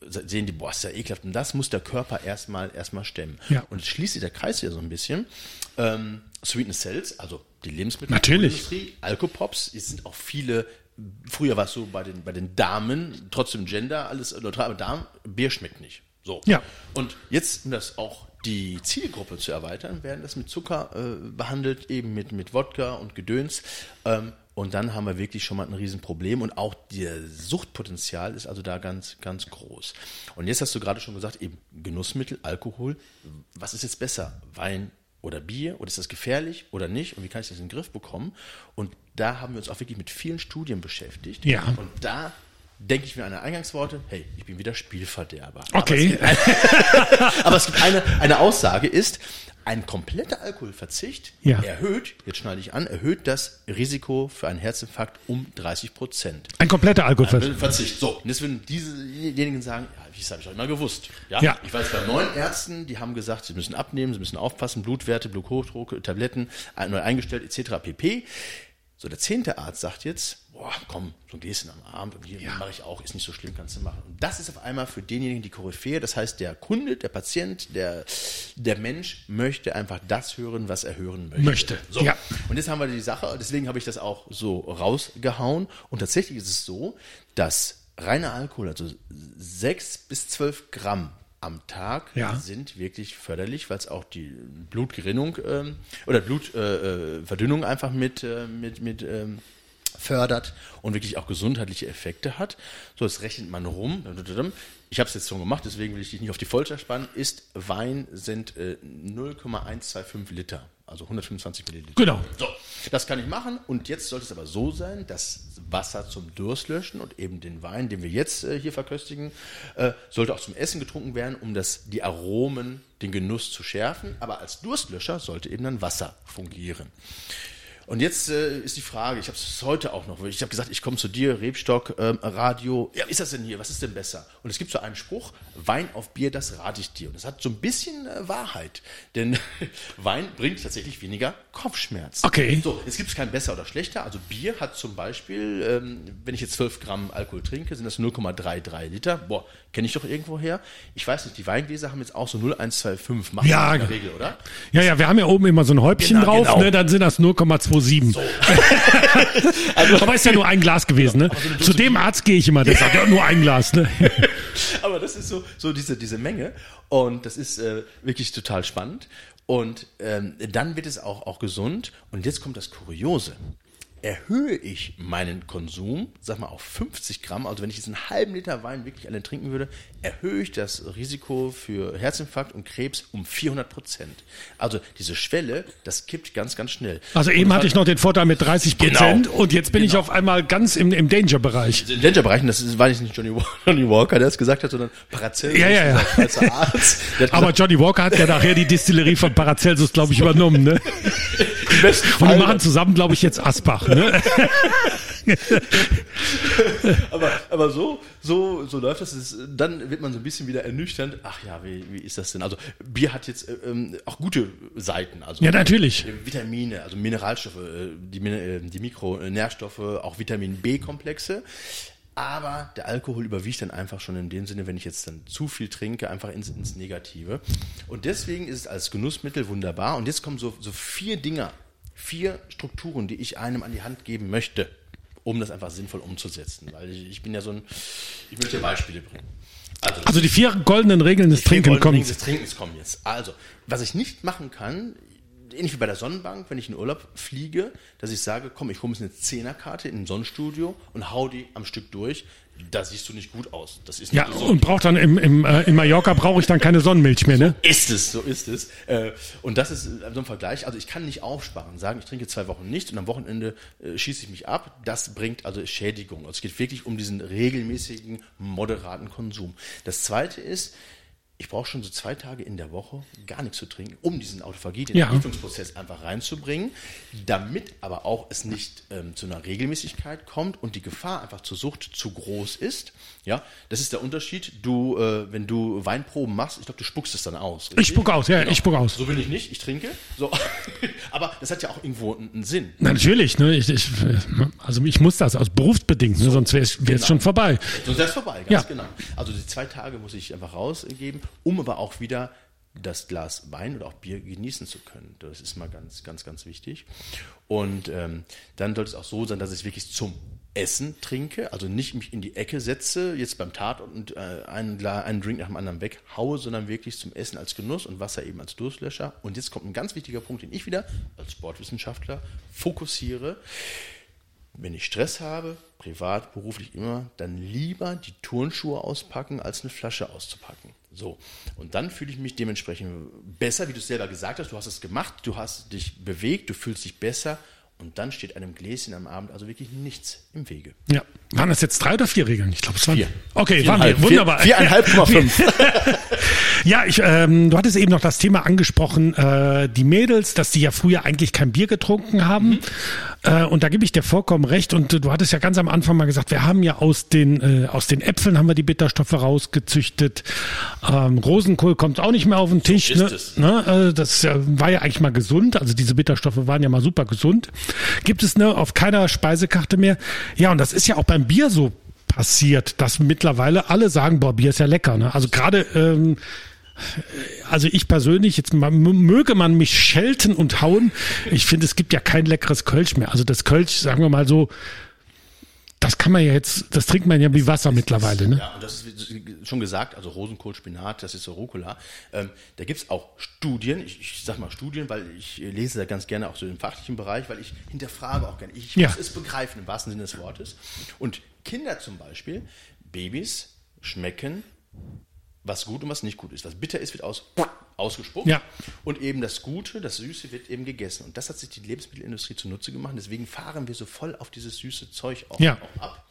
sehen die, boah, ist ja ekelhaft. Und das muss der Körper erstmal erstmal stemmen. Ja. Und jetzt schließt sich der Kreis hier so ein bisschen. Ähm, Sweetened Cells, also die Lebensmittel- Natürlich. Alkopops, es sind auch viele, früher war es so bei den, bei den Damen, trotzdem Gender, alles neutral, aber Damen, Bier schmeckt nicht. So. Ja. Und jetzt, um das auch die Zielgruppe zu erweitern, werden das mit Zucker äh, behandelt, eben mit, mit Wodka und Gedöns. Ähm, und dann haben wir wirklich schon mal ein Riesenproblem. Und auch der Suchtpotenzial ist also da ganz, ganz groß. Und jetzt hast du gerade schon gesagt, eben Genussmittel, Alkohol. Was ist jetzt besser? Wein oder Bier? Oder ist das gefährlich oder nicht? Und wie kann ich das in den Griff bekommen? Und da haben wir uns auch wirklich mit vielen Studien beschäftigt. Ja. Und da denke ich mir an eine Eingangsworte, hey, ich bin wieder Spielverderber. Okay. Aber es gibt eine, aber es gibt eine, eine Aussage ist, ein kompletter Alkoholverzicht Ja. erhöht, jetzt schneide ich an, erhöht das Risiko für einen Herzinfarkt um dreißig Prozent. Ein kompletter Alkoholverzicht. Verzicht. So, und jetzt würden diejenigen sagen, ja, das habe ich doch immer gewusst. Ja? Ja. Ich weiß bei neun Ärzten, die haben gesagt, sie müssen abnehmen, sie müssen aufpassen, Blutwerte, Bluthochdruck, Tabletten, neu eingestellt, et cetera pp. So, der zehnte Arzt sagt jetzt, boah, komm, so ein Gläschen am Abend, und hier Ja. mache ich auch, ist nicht so schlimm, kannst du machen. Und das ist auf einmal für denjenigen die Koryphäe, das heißt, der Kunde, der Patient, der, der Mensch möchte einfach das hören, was er hören möchte. Möchte, So. ja. Und jetzt haben wir die Sache, deswegen habe ich das auch so rausgehauen. Und tatsächlich ist es so, dass reiner Alkohol, also sechs bis zwölf Gramm am Tag, Ja. sind wirklich förderlich, weil es auch die Blutgerinnung ähm, oder Blutverdünnung äh, einfach mit, äh, mit, mit ähm, fördert und wirklich auch gesundheitliche Effekte hat. So, das rechnet man rum. Ich habe es jetzt schon gemacht, deswegen will ich dich nicht auf die Folter spannen. Ist Wein sind äh, null Komma hundertfünfundzwanzig Liter, also hundertfünfundzwanzig Milliliter. Genau. So, das kann ich machen. Und jetzt sollte es aber so sein, dass Wasser zum Durst löschen und eben den Wein, den wir jetzt äh, hier verköstigen, äh, sollte auch zum Essen getrunken werden, um das, die Aromen, den Genuss zu schärfen. Aber als Durstlöscher sollte eben dann Wasser fungieren. Und jetzt äh, ist die Frage, ich habe es heute auch noch, ich habe gesagt, ich komme zu dir, Rebstock, ähm, Radio, ja, wie ist das denn hier, was ist denn besser? Und es gibt so einen Spruch, Wein auf Bier, das rate ich dir. Und das hat so ein bisschen äh, Wahrheit, denn Wein bringt tatsächlich weniger Kopfschmerzen. Okay. So, jetzt gibt es kein besser oder schlechter, also Bier hat zum Beispiel, ähm, wenn ich jetzt zwölf Gramm Alkohol trinke, sind das null Komma dreiunddreißig Liter, boah, kenne ich doch irgendwo her. Ich weiß nicht, die Weingläser haben jetzt auch so null Komma hundertfünfundzwanzig, machen Ja, die in der Regel, oder? Ja, ja, wir haben ja oben immer so ein Häubchen Genau, drauf, genau. ne, dann sind das null Komma siebenundzwanzig. So. Also, Aber ist ja nur ein Glas gewesen, ne? so eine Zu dem Arzt gehe ich immer, der sagt ja nur ein Glas, ne? Aber das ist so, so diese, diese Menge und das ist äh, wirklich total spannend und ähm, dann wird es auch, auch gesund und jetzt kommt das Kuriose. Erhöhe ich meinen Konsum, sag mal auf fünfzig Gramm, also wenn ich jetzt einen halben Liter Wein wirklich alle trinken würde, erhöhe ich das Risiko für Herzinfarkt und Krebs um vierhundert Prozent. Also diese Schwelle, das kippt ganz, ganz schnell. Also eben hatte ich noch den Vorteil mit dreißig Prozent und jetzt bin ich auf einmal ganz im, im Danger-Bereich. In Danger-Bereichen, das ist, war nicht Johnny Walker, Johnny Walker, der es gesagt hat, sondern Paracelsus, Ja, ja, ja. dieser Schweizer Arzt. Der hat Aber gesagt, Johnny Walker hat ja nachher die Distillerie von Paracelsus, glaube ich, übernommen, ne? im besten Und die Fall- machen zusammen, glaube ich, jetzt Asbach, ne? aber, aber so, so, so läuft das. Es ist, dann wird man so ein bisschen wieder ernüchternd. Ach ja, wie, wie ist das denn? Also Bier hat jetzt ähm, auch gute Seiten. Also Ja, natürlich. äh, Vitamine, also Mineralstoffe, äh, die, Min- äh, die Mikronährstoffe, auch Vitamin B-Komplexe. Aber der Alkohol überwiegt dann einfach schon in dem Sinne, wenn ich jetzt dann zu viel trinke, einfach ins, ins Negative. Und deswegen ist es als Genussmittel wunderbar. Und jetzt kommen so, so vier Dinger, vier Strukturen, die ich einem an die Hand geben möchte, um das einfach sinnvoll umzusetzen. Weil ich, ich bin ja so ein, ich möchte Beispiele bringen. Also, Also die vier goldenen Regeln des Trinkens kommen. kommen. Des Trinkens kommen jetzt. Also, was ich nicht machen kann, ähnlich wie bei der Sonnenbank, wenn ich in Urlaub fliege, dass ich sage, komm, ich hole mir eine Zehnerkarte in ein Sonnenstudio und hau die am Stück durch. Da siehst du nicht gut aus. Das ist nicht Ja, gesund. und braucht dann im, im, äh, in Mallorca brauche ich dann keine Sonnenmilch mehr, ne? Ist es, so ist es. Äh, Und das ist so ein Vergleich. Also ich kann nicht aufsparen, sagen, ich trinke zwei Wochen nicht und am Wochenende äh, schieße ich mich ab. Das bringt also Schädigung. Also es geht wirklich um diesen regelmäßigen, moderaten Konsum. Das Zweite ist, ich brauche schon so zwei Tage in der Woche gar nichts zu trinken, um diesen Autophagie, den Ja. Entgiftungsprozess einfach reinzubringen, damit aber auch es nicht ähm, zu einer Regelmäßigkeit kommt und die Gefahr einfach zur Sucht zu groß ist. Ja, das ist der Unterschied. Du, äh, wenn du Weinproben machst, ich glaube, du spuckst es dann aus. Richtig? Ich spucke aus, ja, Genau. ich spucke aus. So bin ich nicht, ich trinke. So. Aber das hat ja auch irgendwo einen, einen Sinn. Na, natürlich, ne? Ich, ich, also ich muss das aus berufsbedingt, ne? Sonst wäre es Genau. schon vorbei. Sonst ist es vorbei, ganz Ja. genau. Also die zwei Tage muss ich einfach rausgeben, um aber auch wieder das Glas Wein oder auch Bier genießen zu können. Das ist mal ganz, ganz, ganz wichtig. Und ähm, dann sollte es auch so sein, dass ich wirklich zum Essen trinke, also nicht mich in die Ecke setze, jetzt beim Tatort und äh, einen, Glas, einen Drink nach dem anderen weghaue, sondern wirklich zum Essen als Genuss und Wasser eben als Durstlöscher. Und jetzt kommt ein ganz wichtiger Punkt, den ich wieder als Sportwissenschaftler fokussiere. Wenn ich Stress habe, privat, beruflich immer, dann lieber die Turnschuhe auspacken, als eine Flasche auszupacken. So, und dann fühle ich mich dementsprechend besser, wie du es selber gesagt hast. Du hast es gemacht, du hast dich bewegt, du fühlst dich besser. Und dann steht einem Gläschen am Abend also wirklich nichts im Wege. Ja. Waren das jetzt drei oder vier Regeln? Ich glaube, es waren Vier. Okay, waren wir. Viereinhalb. Wunderbar. Vier, viereinhalb Komma fünf. Ja, ich, ähm, du hattest eben noch das Thema angesprochen, äh, die Mädels, dass die ja früher eigentlich kein Bier getrunken haben. Mhm. Äh, und da gebe ich dir vollkommen recht. Und äh, du hattest ja ganz am Anfang mal gesagt, wir haben ja aus den äh, aus den Äpfeln haben wir die Bitterstoffe rausgezüchtet. Ähm, Rosenkohl kommt auch nicht mehr auf den Tisch. So ist ne? es. Ne? Äh, das äh, war ja eigentlich mal gesund. Also diese Bitterstoffe waren ja mal super gesund. Gibt es ne auf keiner Speisekarte mehr. Ja, und das ist ja auch beim Bier so passiert, dass mittlerweile alle sagen, boah, Bier ist ja lecker. Ne? Also gerade, ähm, also ich persönlich, jetzt mal, möge man mich schelten und hauen, ich finde, es gibt ja kein leckeres Kölsch mehr. Also das Kölsch, sagen wir mal so, das kann man ja jetzt, das trinkt man ja wie Wasser mittlerweile. Ne? Ja, und das ist schon gesagt, also Rosenkohl, Spinat, das ist so Rucola. Ähm, da gibt es auch Studien, ich, ich sag mal Studien, weil ich lese da ganz gerne auch so im fachlichen Bereich, weil ich hinterfrage auch gerne. Ich Ja. muss es begreifen, im wahrsten Sinne des Wortes. Und Kinder zum Beispiel, Babys schmecken, was gut und was nicht gut ist. Was bitter ist, wird aus, ausgespuckt. Ja. Und eben das Gute, das Süße wird eben gegessen. Und das hat sich die Lebensmittelindustrie zunutze gemacht. Deswegen fahren wir so voll auf dieses süße Zeug auch, Ja. auch ab.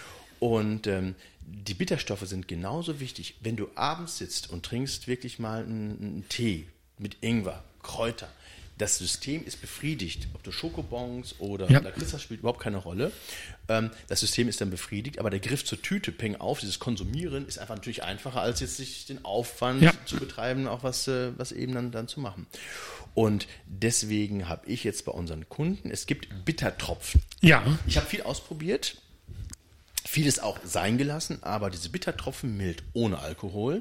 Und ähm, die Bitterstoffe sind genauso wichtig. Wenn du abends sitzt und trinkst wirklich mal einen, einen Tee mit Ingwer, Kräuter, das System ist befriedigt. Ob du Schokobons oder Ja. Lakritz hast, spielt überhaupt keine Rolle. Ähm, das System ist dann befriedigt, aber der Griff zur Tüte, peng auf, dieses Konsumieren ist einfach natürlich einfacher, als jetzt sich den Aufwand Ja. zu betreiben, auch was, äh, was eben dann, dann zu machen. Und deswegen habe ich jetzt bei unseren Kunden, es gibt Bittertropfen. Ja. Ich habe viel ausprobiert, vieles auch sein gelassen, aber diese Bittertropfen mild ohne Alkohol,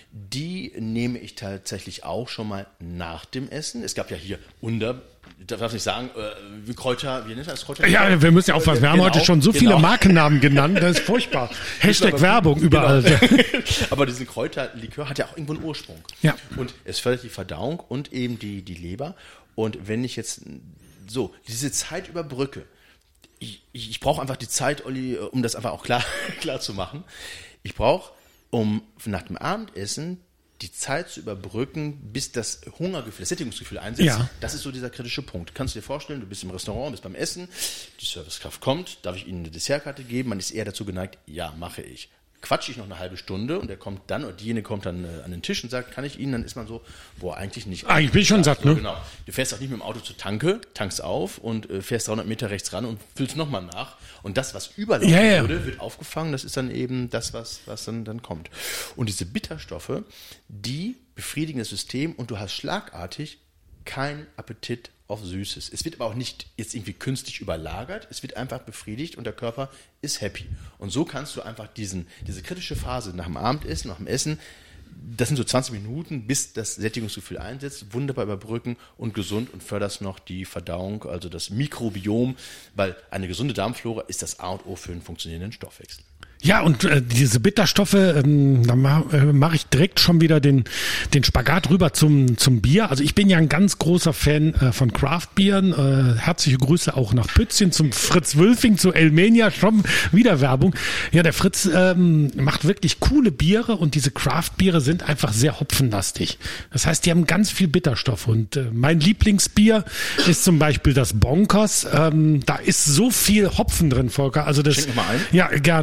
die nehme ich tatsächlich auch schon mal nach dem Essen. Es gab ja hier unter, ich darf nicht sagen, äh, wie Kräuter, wie nennt man das? Kräuter? Ja, wir müssen ja aufpassen. Wir haben Genau, heute schon so genau. viele Markennamen genannt. Das ist furchtbar. Hashtag Werbung überall. Genau. Aber diesen Kräuterlikör hat ja auch irgendwo einen Ursprung. Ja. Und es fördert die Verdauung und eben die, die Leber. Und wenn ich jetzt so diese Zeit überbrücke, ich, ich, ich brauche einfach die Zeit, Olli, um das einfach auch klar, klar zu machen. Ich brauche, um nach dem Abendessen die Zeit zu überbrücken, bis das Hungergefühl, das Sättigungsgefühl einsetzt. Ja. Das ist so dieser kritische Punkt. Kannst du dir vorstellen, du bist im Restaurant, bist beim Essen, die Servicekraft kommt, darf ich Ihnen eine Dessertkarte geben? Man ist eher dazu geneigt, ja, mache ich. Quatsche ich noch eine halbe Stunde und er kommt dann, oder diejenige kommt dann äh, an den Tisch und sagt, kann ich Ihnen? Dann ist man so, boah, eigentlich nicht. Eigentlich bin ich schon satt, So, ne? Genau. Du fährst auch nicht mit dem Auto zur Tanke, tankst auf und äh, fährst dreihundert Meter rechts ran und füllst nochmal nach. Und das, was überlaufen Ja, ja. würde, wird aufgefangen. Das ist dann eben das, was, was dann, dann kommt. Und diese Bitterstoffe, die befriedigen das System und du hast schlagartig keinen Appetit auf Süßes. Es wird aber auch nicht jetzt irgendwie künstlich überlagert, es wird einfach befriedigt und der Körper ist happy. Und so kannst du einfach diesen, diese kritische Phase nach dem Abendessen, nach dem Essen, das sind so zwanzig Minuten, bis das Sättigungsgefühl einsetzt, wunderbar überbrücken und gesund und förderst noch die Verdauung, also das Mikrobiom, weil eine gesunde Darmflora ist das A und O für einen funktionierenden Stoffwechsel. Ja, und äh, diese Bitterstoffe, ähm, da mache äh, mach ich direkt schon wieder den den Spagat rüber zum zum Bier. Also ich bin ja ein ganz großer Fan äh, von Craft-Bieren. Äh, herzliche Grüße auch nach Pützchen, zum Fritz Wülfing, zu Elmenia, schon wieder Werbung. Ja, der Fritz ähm, macht wirklich coole Biere und diese Craft-Biere sind einfach sehr hopfenlastig. Das heißt, die haben ganz viel Bitterstoff und äh, mein Lieblingsbier ist zum Beispiel das Bonkers. Ähm, da ist so viel Hopfen drin, Volker. Also das, Schenk noch mal ein. ja, gerne.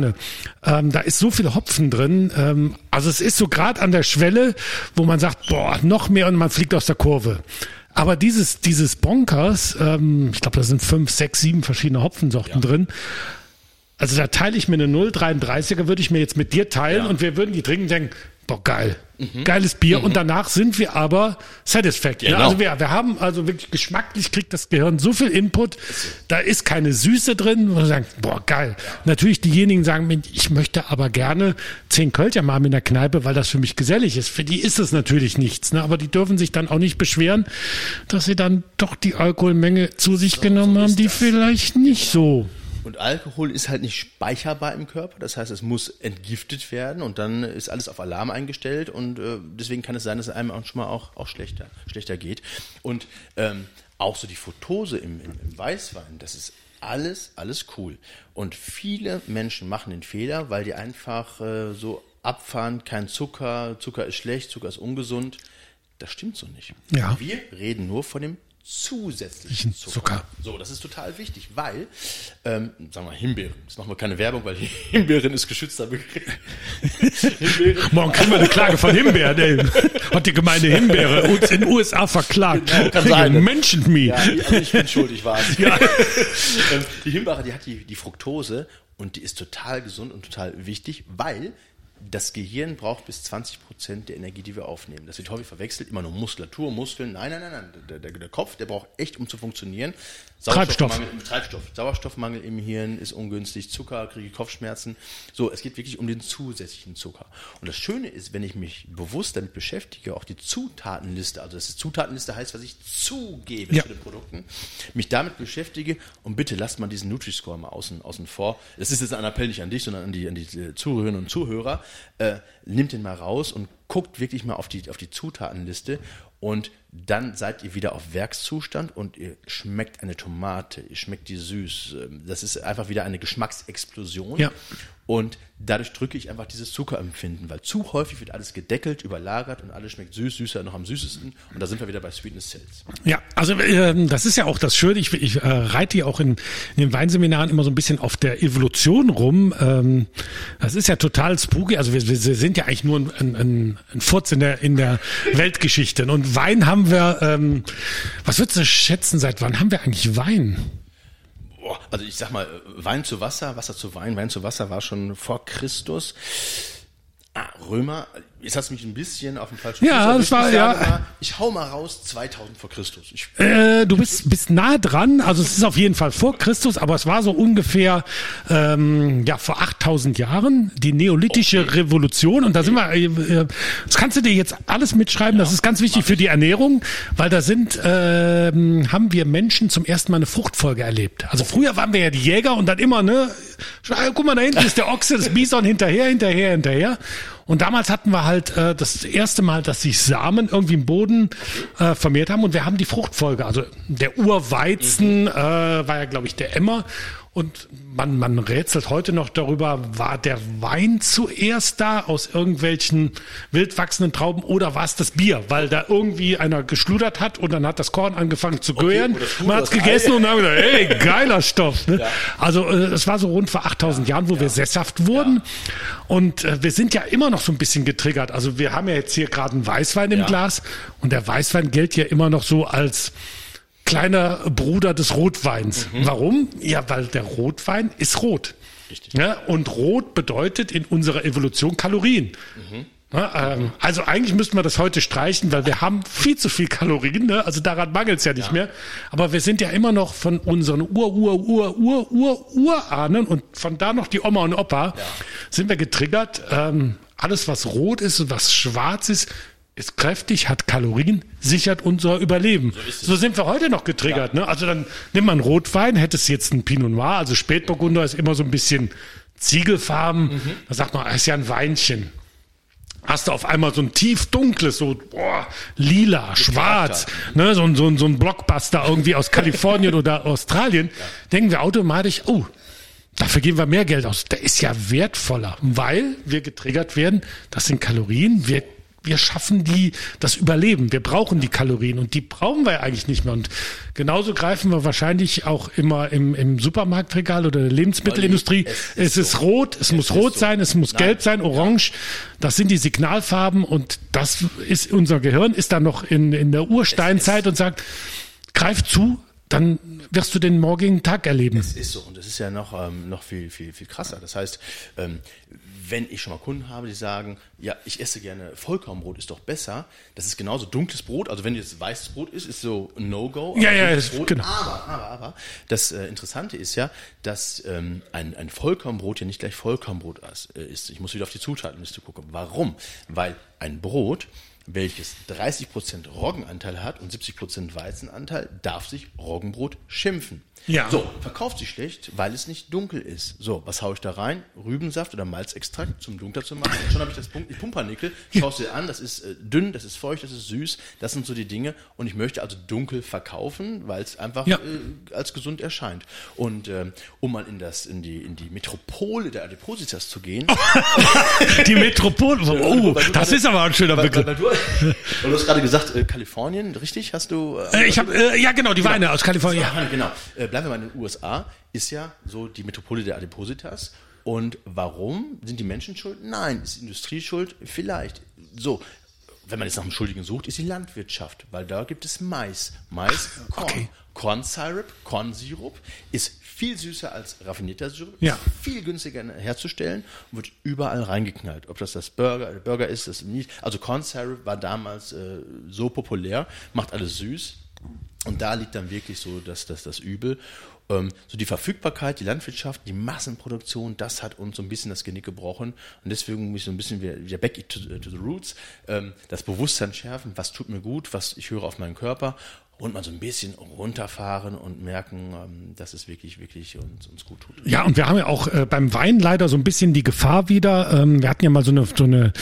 Ähm, da ist so viel Hopfen drin. Ähm, also es ist so gerade an der Schwelle, wo man sagt, boah, noch mehr und man fliegt aus der Kurve. Aber dieses, dieses Bonkers, ähm, ich glaube, da sind fünf, sechs, sieben verschiedene Hopfensorten ja. drin. Also da teile ich mir eine null Komma dreiunddreißiger, würde ich mir jetzt mit dir teilen ja. und wir würden die trinken und denken, boah, geil. Mhm. Geiles Bier. Mhm. Und danach sind wir aber satisfied. Genau. Ja, also wir, wir haben also wirklich geschmacklich, kriegt das Gehirn so viel Input. Da ist keine Süße drin, wo wir sagen, boah, geil. Ja. Natürlich diejenigen sagen, ich möchte aber gerne zehn Kölsch am Abend in der Kneipe, weil das für mich gesellig ist. Für die ist es natürlich nichts. Ne? Aber die dürfen sich dann auch nicht beschweren, dass sie dann doch die Alkoholmenge zu sich so, genommen so haben, die das. vielleicht nicht so... Und Alkohol ist halt nicht speicherbar im Körper, das heißt, es muss entgiftet werden und dann ist alles auf Alarm eingestellt und äh, deswegen kann es sein, dass es einem auch schon mal auch, auch schlechter, schlechter geht. Und ähm, auch so die Fructose im, im, im Weißwein, das ist alles, alles cool. Und viele Menschen machen den Fehler, weil die einfach äh, so abfahren, kein Zucker, Zucker ist schlecht, Zucker ist ungesund. Das stimmt so nicht. Ja. Wir reden nur von dem zusätzlichen Zucker. Zucker. So, das ist total wichtig, weil, ähm, sagen wir mal, Himbeeren. Jetzt machen wir keine Werbung, weil Himbeeren ist geschützter Begriff. Himbeeren. Morgen kriegen wir eine Klage von Himbeeren, ey. Hat die Gemeinde Himbeere uns in den U S A verklagt. Genau, kann sein. Mentioned me. Ja, also ich bin schuld, ich weiß. Ja. Die Himbeere, die hat die, die Fructose und die ist total gesund und total wichtig, weil das Gehirn braucht bis zwanzig Prozent der Energie, die wir aufnehmen. Das wird häufig verwechselt, immer nur Muskulatur, Muskeln. Nein, nein, nein, nein. Der, der, der Kopf, der braucht echt, um zu funktionieren. Treibstoff. Treibstoff. Sauerstoffmangel im Hirn ist ungünstig. Zucker, kriege ich Kopfschmerzen. So, es geht wirklich um den zusätzlichen Zucker. Und das Schöne ist, wenn ich mich bewusst damit beschäftige, auch die Zutatenliste, also das ist Zutatenliste heißt, was ich zugebe ja. zu den Produkten, mich damit beschäftige und bitte lasst mal diesen Nutri-Score mal außen, außen vor. Das ist jetzt ein Appell nicht an dich, sondern an die, an die Zuhörerinnen und Zuhörer. Äh, nimmt den mal raus und guckt wirklich mal auf die, auf die Zutatenliste und dann seid ihr wieder auf Werkszustand und ihr schmeckt eine Tomate, ihr schmeckt die süß. Das ist einfach wieder eine Geschmacksexplosion. Ja. Und dadurch drücke ich einfach dieses Zuckerempfinden, weil zu häufig wird alles gedeckelt, überlagert und alles schmeckt süß, süßer noch am süßesten. Und da sind wir wieder bei Sweetness Sells. Ja, also äh, das ist ja auch das Schöne. Ich, ich äh, reite ja auch in, in den Weinseminaren immer so ein bisschen auf der Evolution rum. Ähm, das ist ja total spooky. Also wir, wir sind ja eigentlich nur ein, ein, ein Furz in der, in der Weltgeschichte. Und Wein haben wir, ähm, was würdest du schätzen, seit wann haben wir eigentlich Wein? Also ich sag mal, Wein zu Wasser, Wasser zu Wein, Wein zu Wasser war schon vor Christus. Ah, Römer, jetzt hast du mich ein bisschen auf den falschen Ja, Fuß, das war, ja. Mal, ich hau mal raus, zweitausend vor Christus. Ich, äh, du bist, bist nah dran, also es ist auf jeden Fall vor Christus, aber es war so ungefähr, ähm, ja, vor achttausend Jahren, die neolithische okay. Revolution und da okay. sind wir, äh, das kannst du dir jetzt alles mitschreiben, ja, das ist ganz wichtig für die Ernährung, weil da sind, äh, haben wir Menschen zum ersten Mal eine Fruchtfolge erlebt. Also früher waren wir ja die Jäger und dann immer, ne, guck mal, da hinten ist der Ochse, das Bison hinterher, hinterher, hinterher. Und damals hatten wir halt äh, das erste Mal, dass sich Samen irgendwie im Boden äh, vermehrt haben und wir haben die Fruchtfolge. Also der Urweizen mhm. äh, war ja, glaube ich, der Emmer. Und man, man rätselt heute noch darüber, war der Wein zuerst da aus irgendwelchen wild wachsenden Trauben oder war es das Bier? Weil da irgendwie einer geschludert hat und dann hat das Korn angefangen zu gären. Okay, man hat es gegessen Ei. Und dann haben wir gesagt, ey, geiler Stoff. Ne? Ja. Also es war so rund vor achttausend ja. Jahren, wo ja. wir sesshaft wurden. Ja. Und äh, wir sind ja immer noch so ein bisschen getriggert. Also wir haben ja jetzt hier gerade einen Weißwein im ja. Glas und der Weißwein gilt ja immer noch so als kleiner Bruder des Rotweins. Mhm. Warum? Ja, weil der Rotwein ist rot. Richtig. Ja, und rot bedeutet in unserer Evolution Kalorien. Mhm. Ja, ähm, also eigentlich müssten wir das heute streichen, weil wir haben viel zu viel Kalorien. Ne? Also daran mangelt es ja nicht ja. mehr. Aber wir sind ja immer noch von unseren Ur, Ur, Ur, Ur, Ur, Urahnen und von da noch die Oma und Opa ja. sind wir getriggert. Ähm, alles, was rot ist und was schwarz ist, ist kräftig, hat Kalorien, sichert unser Überleben. So, so sind wir heute noch getriggert. Ja. Ne? Also dann nimm mal einen Rotwein, hättest jetzt einen Pinot Noir, also Spätburgunder ist immer so ein bisschen Ziegelfarben. Mhm. Da sagt man, das ist ja ein Weinchen. Hast du auf einmal so ein tief dunkles, so boah, lila, schwarz, ne, so, so, so ein Blockbuster irgendwie aus Kalifornien oder Australien, ja. denken wir automatisch, oh, dafür geben wir mehr Geld aus. Der ist ja wertvoller, weil wir getriggert werden, das sind Kalorien, wir wir schaffen die das Überleben. Wir brauchen die Kalorien und die brauchen wir eigentlich nicht mehr. Und genauso greifen wir wahrscheinlich auch immer im, im Supermarktregal oder der Lebensmittelindustrie. Es ist, es ist so. rot, es, es muss rot so. sein, es muss Nein. gelb sein, orange. Das sind die Signalfarben und das ist unser Gehirn, ist da noch in, in der Ursteinzeit und sagt, greif zu, dann wirst du den morgigen Tag erleben. Es ist so und es ist ja noch, ähm, noch viel, viel, viel krasser. Das heißt, ähm, wenn ich schon mal Kunden habe, die sagen, ja, ich esse gerne Vollkornbrot, ist doch besser. Das ist genauso dunkles Brot. Also wenn jetzt weißes Brot ist, ist so ein No-Go. Ja, ja, das, Brot. genau. Aber, aber, aber, das äh, Interessante ist ja, dass ähm, ein, ein Vollkornbrot ja nicht gleich Vollkornbrot ist. Ich muss wieder auf die Zutatenliste gucken. Warum? Weil ein Brot, welches dreißig Prozent Roggenanteil hat und siebzig Prozent Weizenanteil, darf sich Roggenbrot schimpfen. Ja. So, verkauft sich schlecht, weil es nicht dunkel ist. So, was haue ich da rein? Rübensaft oder Malzextrakt zum dunkler zu machen. Und schon habe ich das Pump- die Pumpernickel. Schau es dir an, das ist äh, dünn, das ist feucht, das ist süß. Das sind so die Dinge. Und ich möchte also dunkel verkaufen, weil es einfach ja. äh, als gesund erscheint. Und ähm, um mal in das in die in die Metropole der Adipositas zu gehen. Die Metropole. Oh, das gerade, ist aber ein schöner weil, Begriff. Weil, weil du, weil du hast gerade gesagt, äh, Kalifornien, richtig? Hast du? Äh, ich habe äh, ja genau die genau. Weine aus Kalifornien. Ja, genau. Äh, bleiben wir mal in den U S A. Ist ja so die Metropole der Adipositas. Und warum? Sind die Menschen schuld? Nein. Ist die Industrie schuld? Vielleicht. So, wenn man jetzt nach einem Schuldigen sucht, ist die Landwirtschaft. Weil da gibt es Mais. Mais, Korn. Okay. Corn-Syrup, Kornsirup ist viel süßer als raffinierter Sirup, ja. ist viel günstiger herzustellen und wird überall reingeknallt. Ob das das Burger, der Burger ist, das nicht. Also Corn-Syrup war damals äh, so populär, macht alles süß. Und da liegt dann wirklich so das, das, das Übel. Ähm, so die Verfügbarkeit, die Landwirtschaft, die Massenproduktion, das hat uns so ein bisschen das Genick gebrochen. Und deswegen muss ich so ein bisschen wieder, wieder back to, to the roots, ähm, das Bewusstsein schärfen, was tut mir gut, was ich höre auf meinen Körper und mal so ein bisschen runterfahren und merken, ähm, dass es wirklich, wirklich uns, uns gut tut. Ja, und wir haben ja auch äh, beim Wein leider so ein bisschen die Gefahr wieder. Ähm, wir hatten ja mal so eine, so eine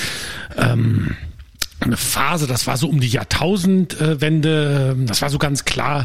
ähm eine Phase, das war so um die Jahrtausendwende, das war so ganz klar,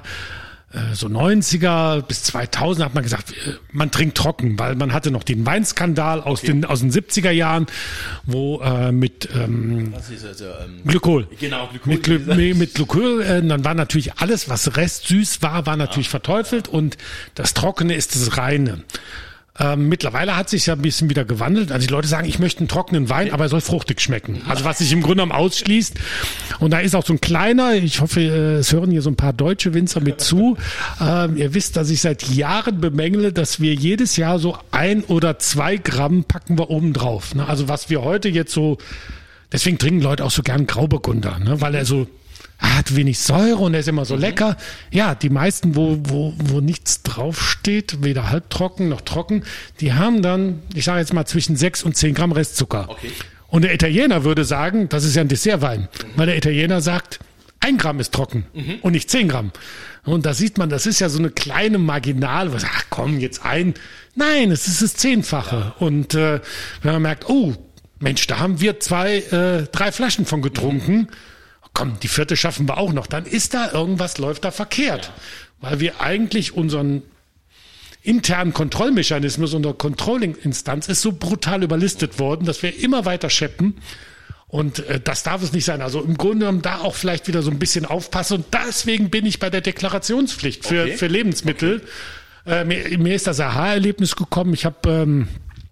so neunziger bis zweitausend hat man gesagt, man trinkt trocken, weil man hatte noch den Weinskandal aus okay. den aus den siebziger Jahren, wo äh, mit ähm, was ist also, ähm, Glykol, genau, Glykol, mit, Gly- mit Glykol, äh, dann war natürlich alles, was restsüß war, war natürlich ja. verteufelt und das Trockene ist das Reine. Ähm, mittlerweile hat sich ja ein bisschen wieder gewandelt. Also die Leute sagen, ich möchte einen trockenen Wein, aber er soll fruchtig schmecken. Also was sich im Grunde genommen ausschließt. Und da ist auch so ein kleiner, ich hoffe, es hören hier so ein paar deutsche Winzer mit zu. Ähm, ihr wisst, dass ich seit Jahren bemängle, dass wir jedes Jahr so ein oder zwei Gramm packen wir oben drauf. Ne? Also was wir heute jetzt so, deswegen trinken Leute auch so gern Grauburgunder, ne? Weil er so, er hat wenig Säure und er ist immer so mhm. lecker. Ja, die meisten, wo, wo, wo nichts draufsteht, weder halbtrocken noch trocken, die haben dann, ich sage jetzt mal, zwischen sechs und zehn Gramm Restzucker. Okay. Und der Italiener würde sagen, das ist ja ein Dessertwein, mhm. weil der Italiener sagt, ein Gramm ist trocken mhm. und nicht zehn Gramm. Und da sieht man, das ist ja so eine kleine Marginal, was, ach komm, jetzt ein. Nein, es ist das Zehnfache. Ja. Und äh, wenn man merkt, oh, Mensch, da haben wir zwei, äh, drei Flaschen von getrunken, mhm. komm, die vierte schaffen wir auch noch, dann ist da irgendwas, läuft da verkehrt. Ja. Weil wir eigentlich unseren internen Kontrollmechanismus, unsere Controlling-Instanz ist so brutal überlistet worden, dass wir immer weiter scheppen. Und äh, das darf es nicht sein. Also im Grunde genommen da auch vielleicht wieder so ein bisschen aufpassen. Und deswegen bin ich bei der Deklarationspflicht für, okay. für Lebensmittel. Okay. Äh, mir, mir ist das Aha-Erlebnis gekommen. Ich habe... Ähm,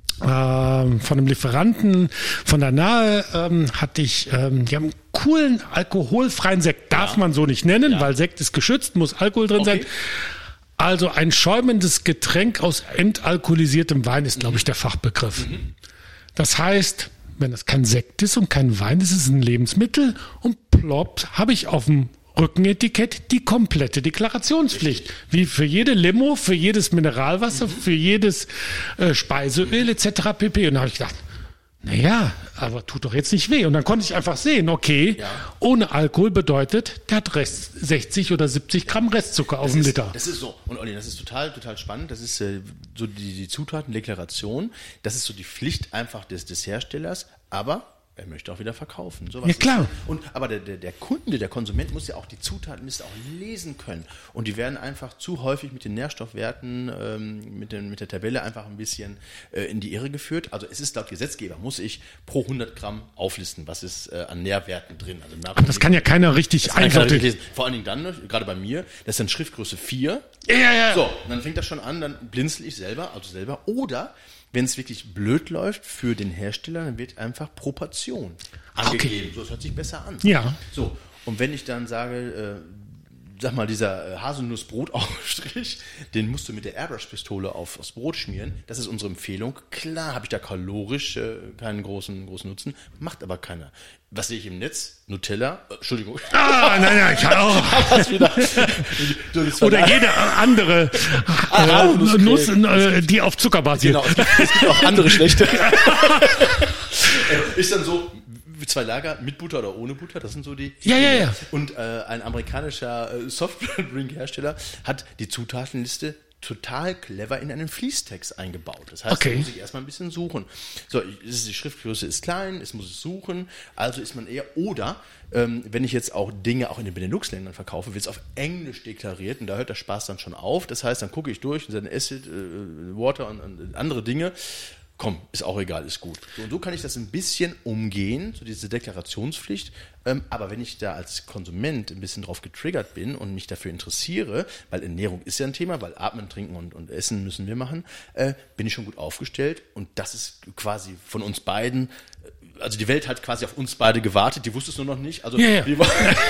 Ähm, von einem Lieferanten von der Nahe ähm, hatte ich, ähm, die haben einen coolen alkoholfreien Sekt, darf ja. man so nicht nennen, ja. weil Sekt ist geschützt, muss Alkohol drin okay. sein. Also ein schäumendes Getränk aus entalkoholisiertem Wein ist, glaube ich, der Fachbegriff. Mhm. Das heißt, wenn es kein Sekt ist und kein Wein, ist es ein Lebensmittel und plopp, habe ich auf dem Rückenetikett die komplette Deklarationspflicht. Richtig. Wie für jede Limo, für jedes Mineralwasser, mhm. für jedes äh, Speiseöl et cetera pp. Und da habe ich gedacht, naja, aber tut doch jetzt nicht weh. Und dann konnte ich einfach sehen, okay, ja. ohne Alkohol bedeutet, der hat Rest sechzig oder siebzig Gramm Restzucker auf dem Liter. Das ist so. Und Olli, das ist total, total spannend. Das ist äh, so die, die Zutatendeklaration. Das ist so die Pflicht einfach des, des Herstellers. Aber er möchte auch wieder verkaufen. So was Ja, klar. Ist, und, aber der, der, der Kunde, der Konsument muss ja auch die Zutatenliste auch lesen können. Und die werden einfach zu häufig mit den Nährstoffwerten, ähm, mit, den, mit der Tabelle einfach ein bisschen äh, in die Irre geführt. Also es ist laut Gesetzgeber, muss ich pro hundert Gramm auflisten, was ist äh, an Nährwerten drin. Also Aber das kann ja keiner richtig einsortieren. lesen. Vor allen Dingen dann, gerade bei mir, das ist dann Schriftgröße vier. Ja, ja, ja. So, und dann fängt das schon an, dann blinzel ich selber, also selber. Oder wenn es wirklich blöd läuft für den Hersteller, dann wird einfach pro Portion angegeben. Okay. So, das hört sich besser an. Ja. So, und wenn ich dann sage, äh, sag mal, dieser äh, Haselnuss-Brotaufstrich, den musst du mit der Airbrush-Pistole auf, aufs Brot schmieren. Das ist unsere Empfehlung. Klar habe ich da kalorisch äh, keinen großen, großen Nutzen, macht aber keiner. Was sehe ich im Netz? Nutella, äh, Entschuldigung. Ah, nein, nein, ich auch. wieder. Oder jede andere ah, äh, Nuss, äh, die auf Zucker basiert. Genau, es gibt, es gibt auch andere schlechte. Ist dann so, zwei Lager mit Butter oder ohne Butter, das sind so die. Ja, ja, ja. Und äh, ein amerikanischer äh, Softdrink-Hersteller hat die Zutatenliste total clever in einen Fließtext eingebaut. Das heißt, okay. da muss ich erstmal ein bisschen suchen. So, die Schriftgröße ist klein, es muss es suchen, also ist man eher, oder ähm, wenn ich jetzt auch Dinge auch in den Benelux-Ländern verkaufe, wird es auf Englisch deklariert und da hört der Spaß dann schon auf. Das heißt, dann gucke ich durch, dann Acid, äh, Water und, und andere Dinge. Komm, ist auch egal, ist gut. So, und so kann ich das ein bisschen umgehen, so diese Deklarationspflicht. Ähm, aber wenn ich da als Konsument ein bisschen drauf getriggert bin und mich dafür interessiere, weil Ernährung ist ja ein Thema, weil Atmen, Trinken und, und Essen müssen wir machen, äh, bin ich schon gut aufgestellt. Und das ist quasi von uns beiden, also die Welt hat quasi auf uns beide gewartet, die wusste es nur noch nicht. Also ja, ja. wir,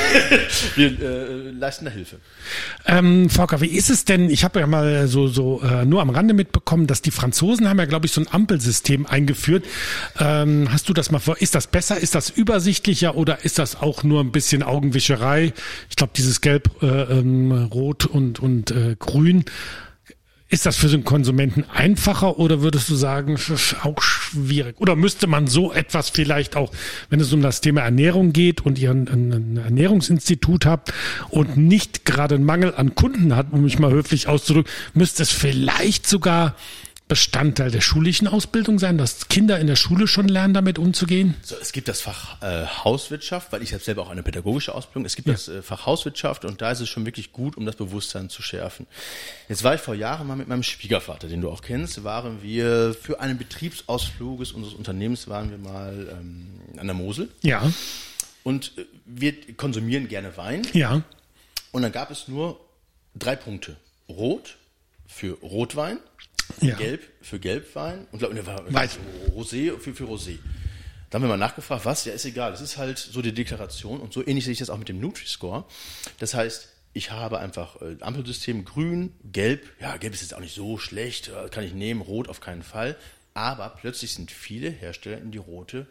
wir äh, leisten da Hilfe. Ähm, Volker, wie ist es denn? Ich habe ja mal so so äh, nur am Rande mitbekommen, dass die Franzosen haben ja, glaube ich, so ein Ampelsystem eingeführt. Ähm, hast du das mal vor? Ist das besser? Ist das übersichtlicher oder ist das auch nur ein bisschen Augenwischerei? Ich glaube, dieses Gelb, äh, ähm, Rot und und äh, Grün. Ist das für so einen Konsumenten einfacher oder würdest du sagen, es ist auch schwierig? Oder müsste man so etwas vielleicht auch, wenn es um das Thema Ernährung geht und ihr ein, ein Ernährungsinstitut habt und nicht gerade einen Mangel an Kunden hat, um mich mal höflich auszudrücken, müsste es vielleicht sogar Bestandteil der schulischen Ausbildung sein, dass Kinder in der Schule schon lernen, damit umzugehen? So, es gibt das Fach äh, Hauswirtschaft, weil ich habe selber auch eine pädagogische Ausbildung. Es gibt ja. das äh, Fach Hauswirtschaft und da ist es schon wirklich gut, um das Bewusstsein zu schärfen. Jetzt war ich vor Jahren mal mit meinem Schwiegervater, den du auch kennst, waren wir für einen Betriebsausflug unseres Unternehmens waren wir mal ähm, an der Mosel. Ja. Und äh, wir konsumieren gerne Wein. Ja. Und dann gab es nur drei Punkte. Rot für Rotwein. Ja. Gelb für Gelbwein und glaube, ne, war Weiß. Rosé für, für Rosé. Da haben wir mal nachgefragt, was? Ja, ist egal. Das ist halt so die Deklaration und so ähnlich sehe ich das auch mit dem Nutri-Score. Das heißt, ich habe einfach äh, Ampelsystem grün, gelb. Ja, gelb ist jetzt auch nicht so schlecht, kann ich nehmen. Rot auf keinen Fall. Aber plötzlich sind viele Hersteller in die rote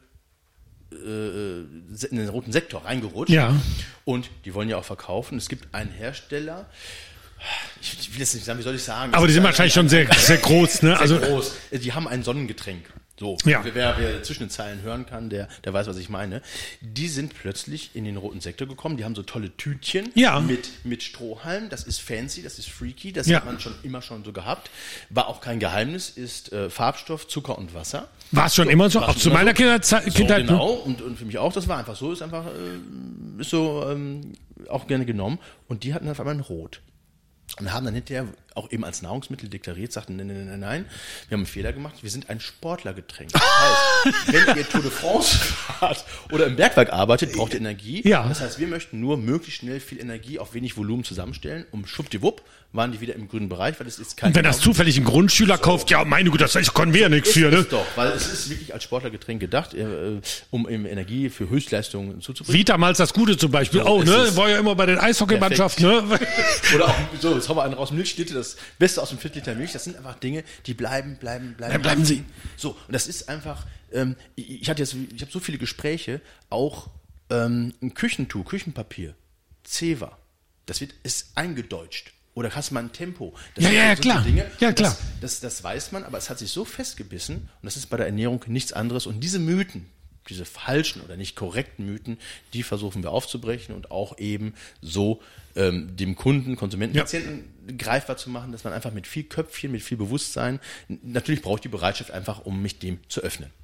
äh, in den roten Sektor reingerutscht. Ja. Und die wollen ja auch verkaufen. Es gibt einen Hersteller, ich will jetzt nicht sagen, wie soll ich sagen? Aber die sind wahrscheinlich schon sehr, sehr groß, ne? Sehr also groß. Die haben ein Sonnengetränk. So, ja. wer, wer zwischen den Zeilen hören kann, der, der weiß, was ich meine. Die sind plötzlich in den roten Sektor gekommen. Die haben so tolle Tütchen ja. mit, mit Strohhalm. Das ist fancy, das ist freaky. Das ja. hat man schon immer schon so gehabt. War auch kein Geheimnis, ist äh, Farbstoff, Zucker und Wasser. War es schon so, immer so? Auch zu meiner so. Kindheit? So, genau, und, und für mich auch. Das war einfach so. Ist einfach äh, ist so ähm, auch gerne genommen. Und die hatten auf einmal ein Rot. Und haben dann hinterher auch eben als Nahrungsmittel deklariert, sagten, nein, nein, nein, nein, wir haben einen Fehler gemacht, wir sind ein Sportlergetränk. Das heißt, wenn ihr Tour de France fahrt oder im Bergwerk arbeitet, braucht ihr Energie. Ja. Das heißt, wir möchten nur möglichst schnell viel Energie auf wenig Volumen zusammenstellen, um schwuppdiwupp waren die wieder im grünen Bereich, weil es ist kein... Und wenn das zufällig ein Grundschüler so. kauft, ja, meine Güte, das können wir ja nichts für, ne? Ist doch, weil es ist wirklich als Sportlergetränk gedacht, äh, um eben Energie für Höchstleistungen zuzubringen. Wie damals das Gute zum Beispiel. So, oh, ne? War ja immer bei den Eishockeymannschaften, ne? Oder auch, so, jetzt haben wir einen raus Milchschnitte, das Beste aus dem Viertel Milch, das sind einfach Dinge, die bleiben, bleiben, bleiben. Ja, bleiben sie. So, und das ist einfach, ähm, ich hatte jetzt, ich habe so viele Gespräche, auch ähm, ein Küchentuch, Küchenpapier, Zewa, das wird, ist eingedeutscht. Oder hast du mal ein Tempo. Das ja, ja, ja, so klar. Dinge, ja, klar. Das, das, das weiß man, aber es hat sich so festgebissen und das ist bei der Ernährung nichts anderes. Und diese Mythen, diese falschen oder nicht korrekten Mythen, die versuchen wir aufzubrechen und auch eben so ähm, dem Kunden, Konsumenten, ja. Patienten greifbar zu machen, dass man einfach mit viel Köpfchen, mit viel Bewusstsein, natürlich brauche ich die Bereitschaft einfach, um mich dem zu öffnen.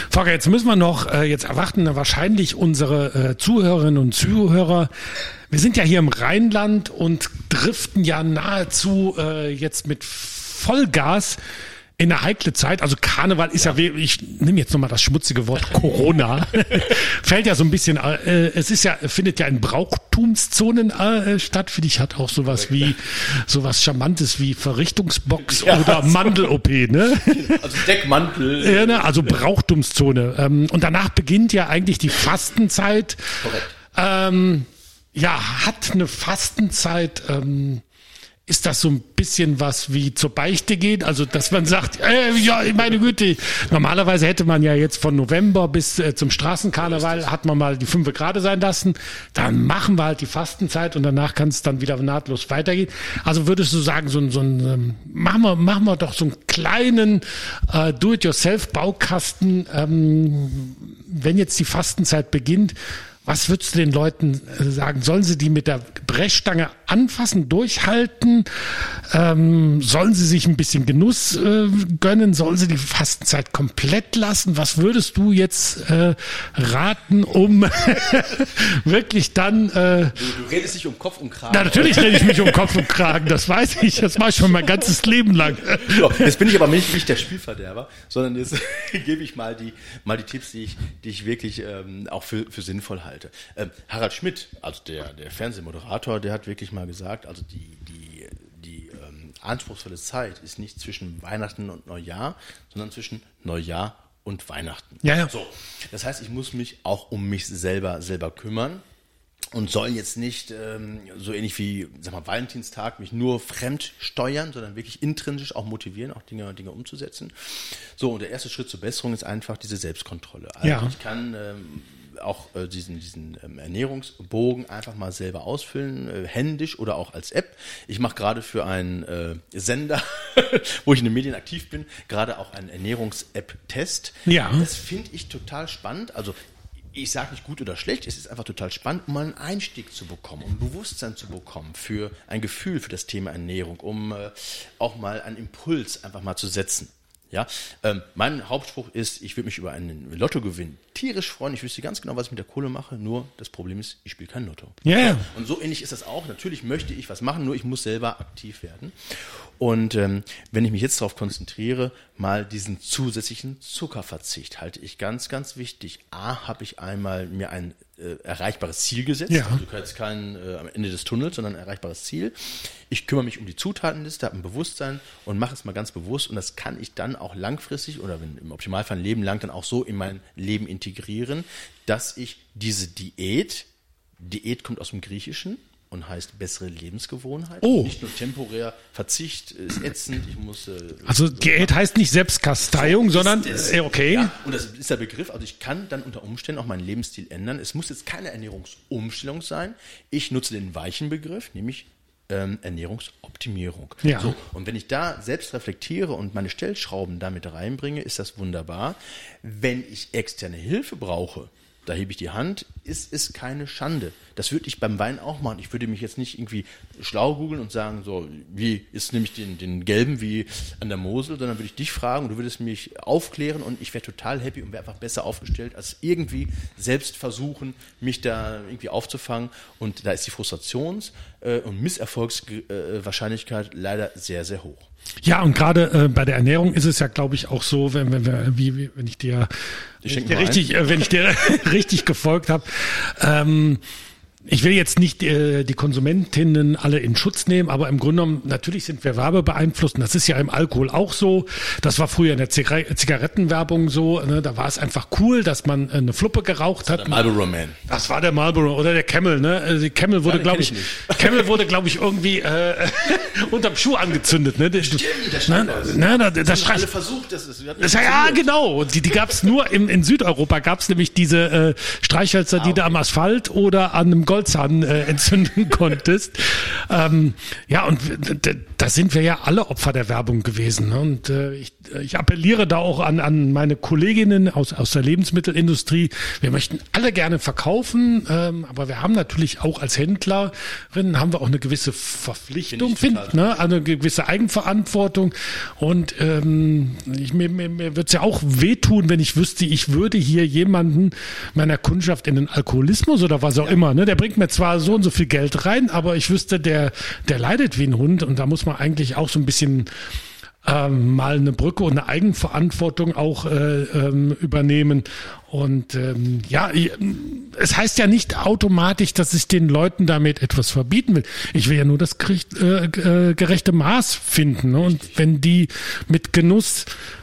Volker, jetzt müssen wir noch, äh, jetzt erwarten wahrscheinlich unsere äh, Zuhörerinnen und Zuhörer. Wir sind ja hier im Rheinland und driften ja nahezu äh, jetzt mit Vollgas in eine heikle Zeit. Also Karneval ist ja, ja ich nehme jetzt nochmal das schmutzige Wort Corona, fällt ja so ein bisschen, äh, es ist ja, findet ja in Brauchtumszonen äh, statt, finde ich, hat auch sowas wie, sowas Charmantes wie Verrichtungsbox ja, oder also, Mandel-O P, ne? Also Deckmantel. Ja, ne? Also Brauchtumszone. Ähm, und danach beginnt ja eigentlich die Fastenzeit. Korrekt. Ähm, ja, hat eine Fastenzeit, ähm, ist das so ein bisschen was wie zur Beichte gehen? Also, dass man sagt, äh, ja, meine Güte, normalerweise hätte man ja jetzt von November bis äh, zum Straßenkarneval, hat man mal die fünf gerade sein lassen. Dann machen wir halt die Fastenzeit und danach kann es dann wieder nahtlos weitergehen. Also würdest du sagen, so ein, so ein ähm, machen wir, machen wir doch so einen kleinen äh, Do-it-yourself-Baukasten, ähm, wenn jetzt die Fastenzeit beginnt. Was würdest du den Leuten sagen? Sollen sie die mit der Brechstange anfassen, durchhalten? Ähm, sollen sie sich ein bisschen Genuss äh, gönnen? Sollen sie die Fastenzeit komplett lassen? Was würdest du jetzt äh, raten, um wirklich dann... Äh, du, du redest dich um Kopf und Kragen. Na, natürlich rede ich mich um Kopf und Kragen, das weiß ich. Das mache ich schon mein ganzes Leben lang. So, jetzt bin ich aber nicht, nicht der Spielverderber, sondern jetzt gebe ich mal die, mal die Tipps, die ich, die ich wirklich ähm, auch für, für sinnvoll halte. Ähm, Harald Schmidt, also der, der Fernsehmoderator, der hat wirklich mal gesagt, also die, die, die ähm, anspruchsvolle Zeit ist nicht zwischen Weihnachten und Neujahr, sondern zwischen Neujahr und Weihnachten. Ja, ja. So, das heißt, ich muss mich auch um mich selber, selber kümmern. Und sollen jetzt nicht ähm, so ähnlich wie, sag mal, Valentinstag mich nur fremd steuern, sondern wirklich intrinsisch auch motivieren, auch Dinge, Dinge umzusetzen. So, und der erste Schritt zur Besserung ist einfach diese Selbstkontrolle. Also ja. ich kann ähm, auch äh, diesen, diesen ähm, Ernährungsbogen einfach mal selber ausfüllen, äh, händisch oder auch als App. Ich mache gerade für einen äh, Sender, wo ich in den Medien aktiv bin, gerade auch einen Ernährungs-App-Test. Ja. Das finde ich total spannend. Also ich sage nicht gut oder schlecht, es ist einfach total spannend, um mal einen Einstieg zu bekommen, um ein Bewusstsein zu bekommen für ein Gefühl für das Thema Ernährung, um äh, auch mal einen Impuls einfach mal zu setzen. Ja, ähm, mein Hauptspruch ist, ich würde mich über einen Lottogewinn tierisch freuen. Ich wüsste ganz genau, was ich mit der Kohle mache, nur das Problem ist, ich spiele kein Lotto. Ja, yeah. Und so ähnlich ist das auch. Natürlich möchte ich was machen, nur ich muss selber aktiv werden. Und ähm, wenn ich mich jetzt darauf konzentriere, mal diesen zusätzlichen Zuckerverzicht halte ich ganz, ganz wichtig. A, habe ich einmal mir ein äh, erreichbares Ziel gesetzt. Ja. Also jetzt kein äh, am Ende des Tunnels, sondern ein erreichbares Ziel. Ich kümmere mich um die Zutatenliste, habe ein Bewusstsein und mache es mal ganz bewusst. Und das kann ich dann auch langfristig oder wenn, im Optimalfall ein Leben lang dann auch so in mein Leben integrieren, dass ich diese Diät, Diät kommt aus dem Griechischen, und heißt bessere Lebensgewohnheit. Oh. Nicht nur temporär Verzicht ist ätzend. Ich muss, äh, also so Diät heißt nicht Selbstkasteiung, so sondern es, äh, okay. Ja, und das ist der Begriff. Also ich kann dann unter Umständen auch meinen Lebensstil ändern. Es muss jetzt keine Ernährungsumstellung sein. Ich nutze den weichen Begriff, nämlich ähm, Ernährungsoptimierung. Ja. So, und wenn ich da selbst reflektiere und meine Stellschrauben damit reinbringe, ist das wunderbar. Wenn ich externe Hilfe brauche, da hebe ich die Hand, ist es keine Schande. Das würde ich beim Wein auch machen. Ich würde mich jetzt nicht irgendwie schlau googeln und sagen, so, wie ist nämlich den, den gelben wie an der Mosel, sondern würde ich dich fragen und du würdest mich aufklären und ich wäre total happy und wäre einfach besser aufgestellt, als irgendwie selbst versuchen, mich da irgendwie aufzufangen. Und da ist die Frustrations- äh, und Misserfolgswahrscheinlichkeit leider sehr, sehr hoch. Ja, und gerade äh, bei der Ernährung ist es ja, glaube ich, auch so, wenn, wenn, wir, wie, wie, wenn ich dir, ich wenn ich dir richtig, äh, wenn ich dir richtig gefolgt habe, ähm, ich will jetzt nicht äh, die Konsumentinnen alle in Schutz nehmen, aber im Grunde genommen, natürlich sind wir werbebeeinflusst und das ist ja im Alkohol auch so. Das war früher in der Zigar- Zigarettenwerbung so, ne? Da war es einfach cool, dass man äh, eine Fluppe geraucht hat. Der Marlboro Man. Das war der Marlboro oder der Camel, ne? Also die Camel wurde, ja, glaube ich, ich Camel wurde, glaube ich, irgendwie äh, unterm Schuh angezündet, ne? Das, Stimmt, der Streichholz. Ne, da, da, das alle versucht, das ist. Das, ja, genau. Die, die gab es nur im, in Südeuropa, gab es nämlich diese äh, Streichhölzer, ah, die okay. da am Asphalt oder an einem Goldzahn äh, entzünden konntest. Ähm, ja, und d- da sind wir ja alle Opfer der Werbung gewesen. Ne? Und äh, ich, ich appelliere da auch an, an meine Kolleginnen aus, aus der Lebensmittelindustrie. Wir möchten alle gerne verkaufen, ähm, aber wir haben natürlich auch als Händlerin haben wir auch eine gewisse Verpflichtung, finde ich, ne? Eine gewisse Eigenverantwortung. Und ähm, ich, mir, mir, mir würde es ja auch wehtun, wenn ich wüsste, ich würde hier jemanden meiner Kundschaft in den Alkoholismus oder was auch ja. immer, ne? Der bringt mir zwar so und so viel Geld rein, aber ich wüsste, der, der leidet wie ein Hund, und da muss man eigentlich auch so ein bisschen ähm, mal eine Brücke und eine Eigenverantwortung auch äh, ähm, übernehmen. Und ähm, ja, ich, es heißt ja nicht automatisch, dass ich den Leuten damit etwas verbieten will. Ich will ja nur das gericht, äh, äh, gerechte Maß finden. Ne? Und wenn die mit Genuss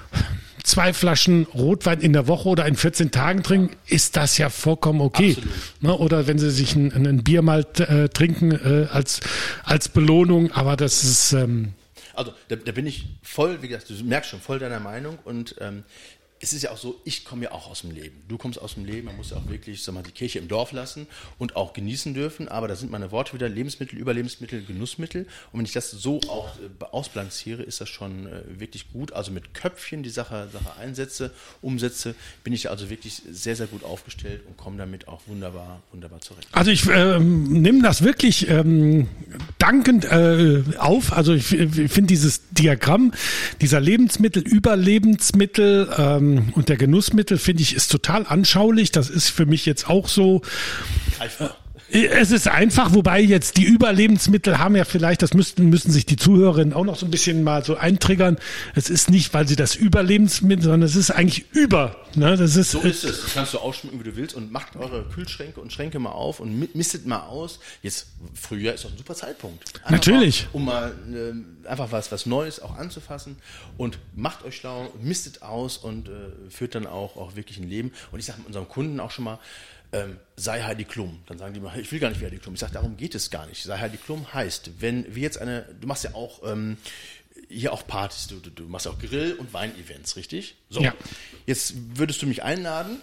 zwei Flaschen Rotwein in der Woche oder in vierzehn Tagen trinken, ist das ja vollkommen okay. Ne? Oder wenn sie sich ein, ein Bier mal äh, trinken äh, als, als Belohnung, aber das ist... Ähm also da, da bin ich voll, wie gesagt, du merkst schon, voll deiner Meinung, und ähm, es ist ja auch so, ich komme ja auch aus dem Leben. Du kommst aus dem Leben, man muss ja auch wirklich, sag mal, die Kirche im Dorf lassen und auch genießen dürfen, aber da sind meine Worte wieder: Lebensmittel, Überlebensmittel, Genussmittel, und wenn ich das so auch äh, ausbalanciere, ist das schon äh, wirklich gut. Also mit Köpfchen die Sache, Sache einsetze, umsetze, bin ich also wirklich sehr, sehr gut aufgestellt und komme damit auch wunderbar, wunderbar zurecht. Also ich ähm, nehme das wirklich ähm, dankend äh, auf. Also ich, ich finde dieses Diagramm dieser Lebensmittel, Überlebensmittel ähm, und der Genussmittel, finde ich, ist total anschaulich. Das ist für mich jetzt auch so. Einfach. Es ist einfach, wobei jetzt die Überlebensmittel haben ja vielleicht, das müssten, müssen sich die Zuhörerinnen auch noch so ein bisschen mal so eintriggern. Es ist nicht, weil sie das Überlebensmittel, sondern es ist eigentlich über. Ne? Das ist, so ist es. Das kannst du ausschmücken, wie du willst, und macht eure Kühlschränke und Schränke mal auf und mistet mal aus. Jetzt, Frühjahr ist doch ein super Zeitpunkt. Einfach Natürlich. Mal, um mal äh, einfach was, was Neues auch anzufassen, und macht euch schlau, mistet aus und äh, führt dann auch, auch wirklich ein Leben. Und ich sage unseren Kunden auch schon mal, Ähm, sei Heidi Klum. Dann sagen die mal, ich will gar nicht wie Heidi Klum. Ich sage, darum geht es gar nicht. Sei Heidi Klum heißt, wenn wir jetzt eine, du machst ja auch ähm, hier auch Partys, du, du, du machst auch Grill- und Weinevents, richtig? So. Ja. Jetzt würdest du mich einladen,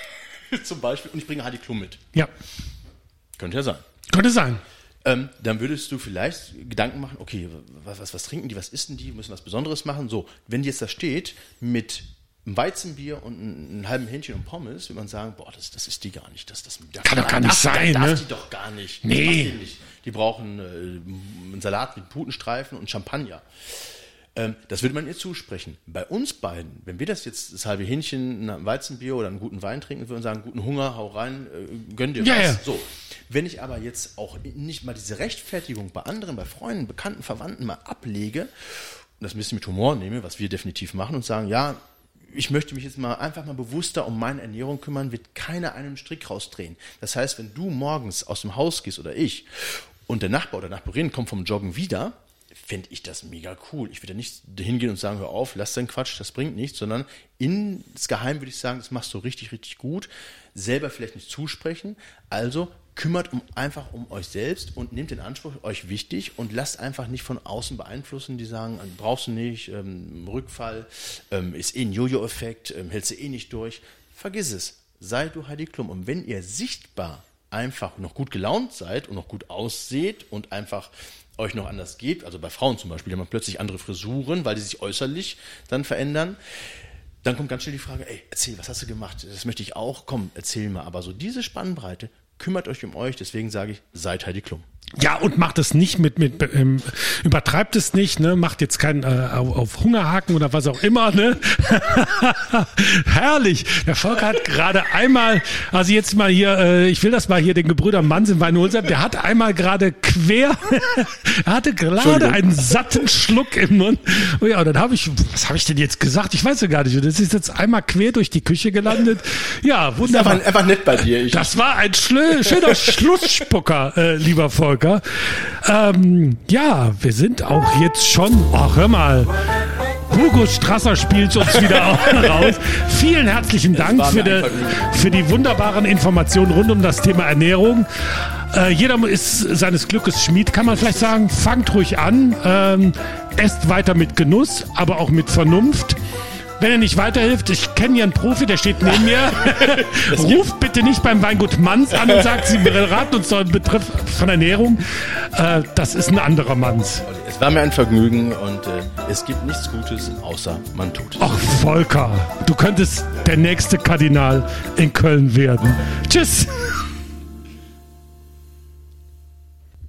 zum Beispiel, und ich bringe Heidi Klum mit. Ja. Könnte ja sein. Könnte sein. Ähm, dann würdest du vielleicht Gedanken machen, okay, was, was, was trinken die, was essen die, müssen was Besonderes machen. So, wenn jetzt da steht mit ein Weizenbier und einen halben Hähnchen und Pommes, würde man sagen, boah, das, das ist die gar nicht. Das, das, das kann doch gar nicht das, sein, das ne? darf die doch gar nicht. Nee. Das die, nicht. Die brauchen äh, einen Salat mit Putenstreifen und Champagner. Ähm, das würde man ihr zusprechen. Bei uns beiden, wenn wir das jetzt, das halbe Hähnchen, ein Weizenbier oder einen guten Wein trinken, würden wir sagen, guten Hunger, hau rein, äh, gönn dir ja, was. Ja. So. Wenn ich aber jetzt auch nicht mal diese Rechtfertigung bei anderen, bei Freunden, Bekannten, Verwandten mal ablege und das ein bisschen mit Humor nehme, was wir definitiv machen, und sagen, ja, ich möchte mich jetzt mal einfach mal bewusster um meine Ernährung kümmern, wird keiner einen Strick rausdrehen. Das heißt, wenn du morgens aus dem Haus gehst oder ich und der Nachbar oder Nachbarin kommt vom Joggen wieder, fände ich das mega cool. Ich würde nicht hingehen und sagen, hör auf, lass deinen Quatsch, das bringt nichts, sondern insgeheim würde ich sagen, das machst du richtig, richtig gut. Selber vielleicht nicht zusprechen, also kümmert um, einfach um euch selbst und nehmt den Anspruch, euch wichtig, und lasst einfach nicht von außen beeinflussen, die sagen, brauchst du nicht, ähm, Rückfall, ähm, ist eh ein Jojo-Effekt, ähm, hältst du eh nicht durch. Vergiss es, sei du Heidi Klum. Und wenn ihr sichtbar einfach noch gut gelaunt seid und noch gut ausseht und einfach euch noch anders geht, also bei Frauen zum Beispiel, die haben plötzlich andere Frisuren, weil die sich äußerlich dann verändern, dann kommt ganz schnell die Frage, ey, erzähl, was hast du gemacht? Das möchte ich auch, komm, erzähl mal. Aber so diese Spannbreite, kümmert euch um euch, deswegen sage ich, seid Heidi Klum. Ja, und macht es nicht mit, mit ähm, übertreibt es nicht, ne? Macht jetzt keinen äh, auf, auf Hungerhaken oder was auch immer, ne? Herrlich. Der Volker hat gerade einmal, also jetzt mal hier, äh, ich will das mal hier den Gebrüdern Manns in Weinholzheim, der hat einmal gerade quer, er hatte gerade einen satten Schluck im Mund. Oh ja, und dann habe ich, was habe ich denn jetzt gesagt? Ich weiß ja gar nicht. Das ist jetzt einmal quer durch die Küche gelandet. Ja, wunderbar. Das war einfach nett bei dir. Ich das war ein schlö- schöner Schlussspucker, äh, lieber Volker. Ähm, ja, wir sind auch jetzt schon, ach hör mal, Hugo Strasser spielt uns wieder raus. Vielen herzlichen Dank für die, für die wunderbaren Informationen rund um das Thema Ernährung. Äh, jeder ist seines Glückes Schmied, kann man vielleicht sagen. Fangt ruhig an, ähm, esst weiter mit Genuss, aber auch mit Vernunft. wenn er nicht weiterhilft, ich kenne hier einen Profi, der steht neben mir. Ruft bitte nicht beim Weingut Manns an und sagt, Sie beraten uns doch im Betreff von Ernährung. Äh, das ist ein anderer Manns. Es war mir ein Vergnügen und äh, es gibt nichts Gutes, außer man tut es. Ach, Volker, du könntest der nächste Kardinal in Köln werden. Tschüss.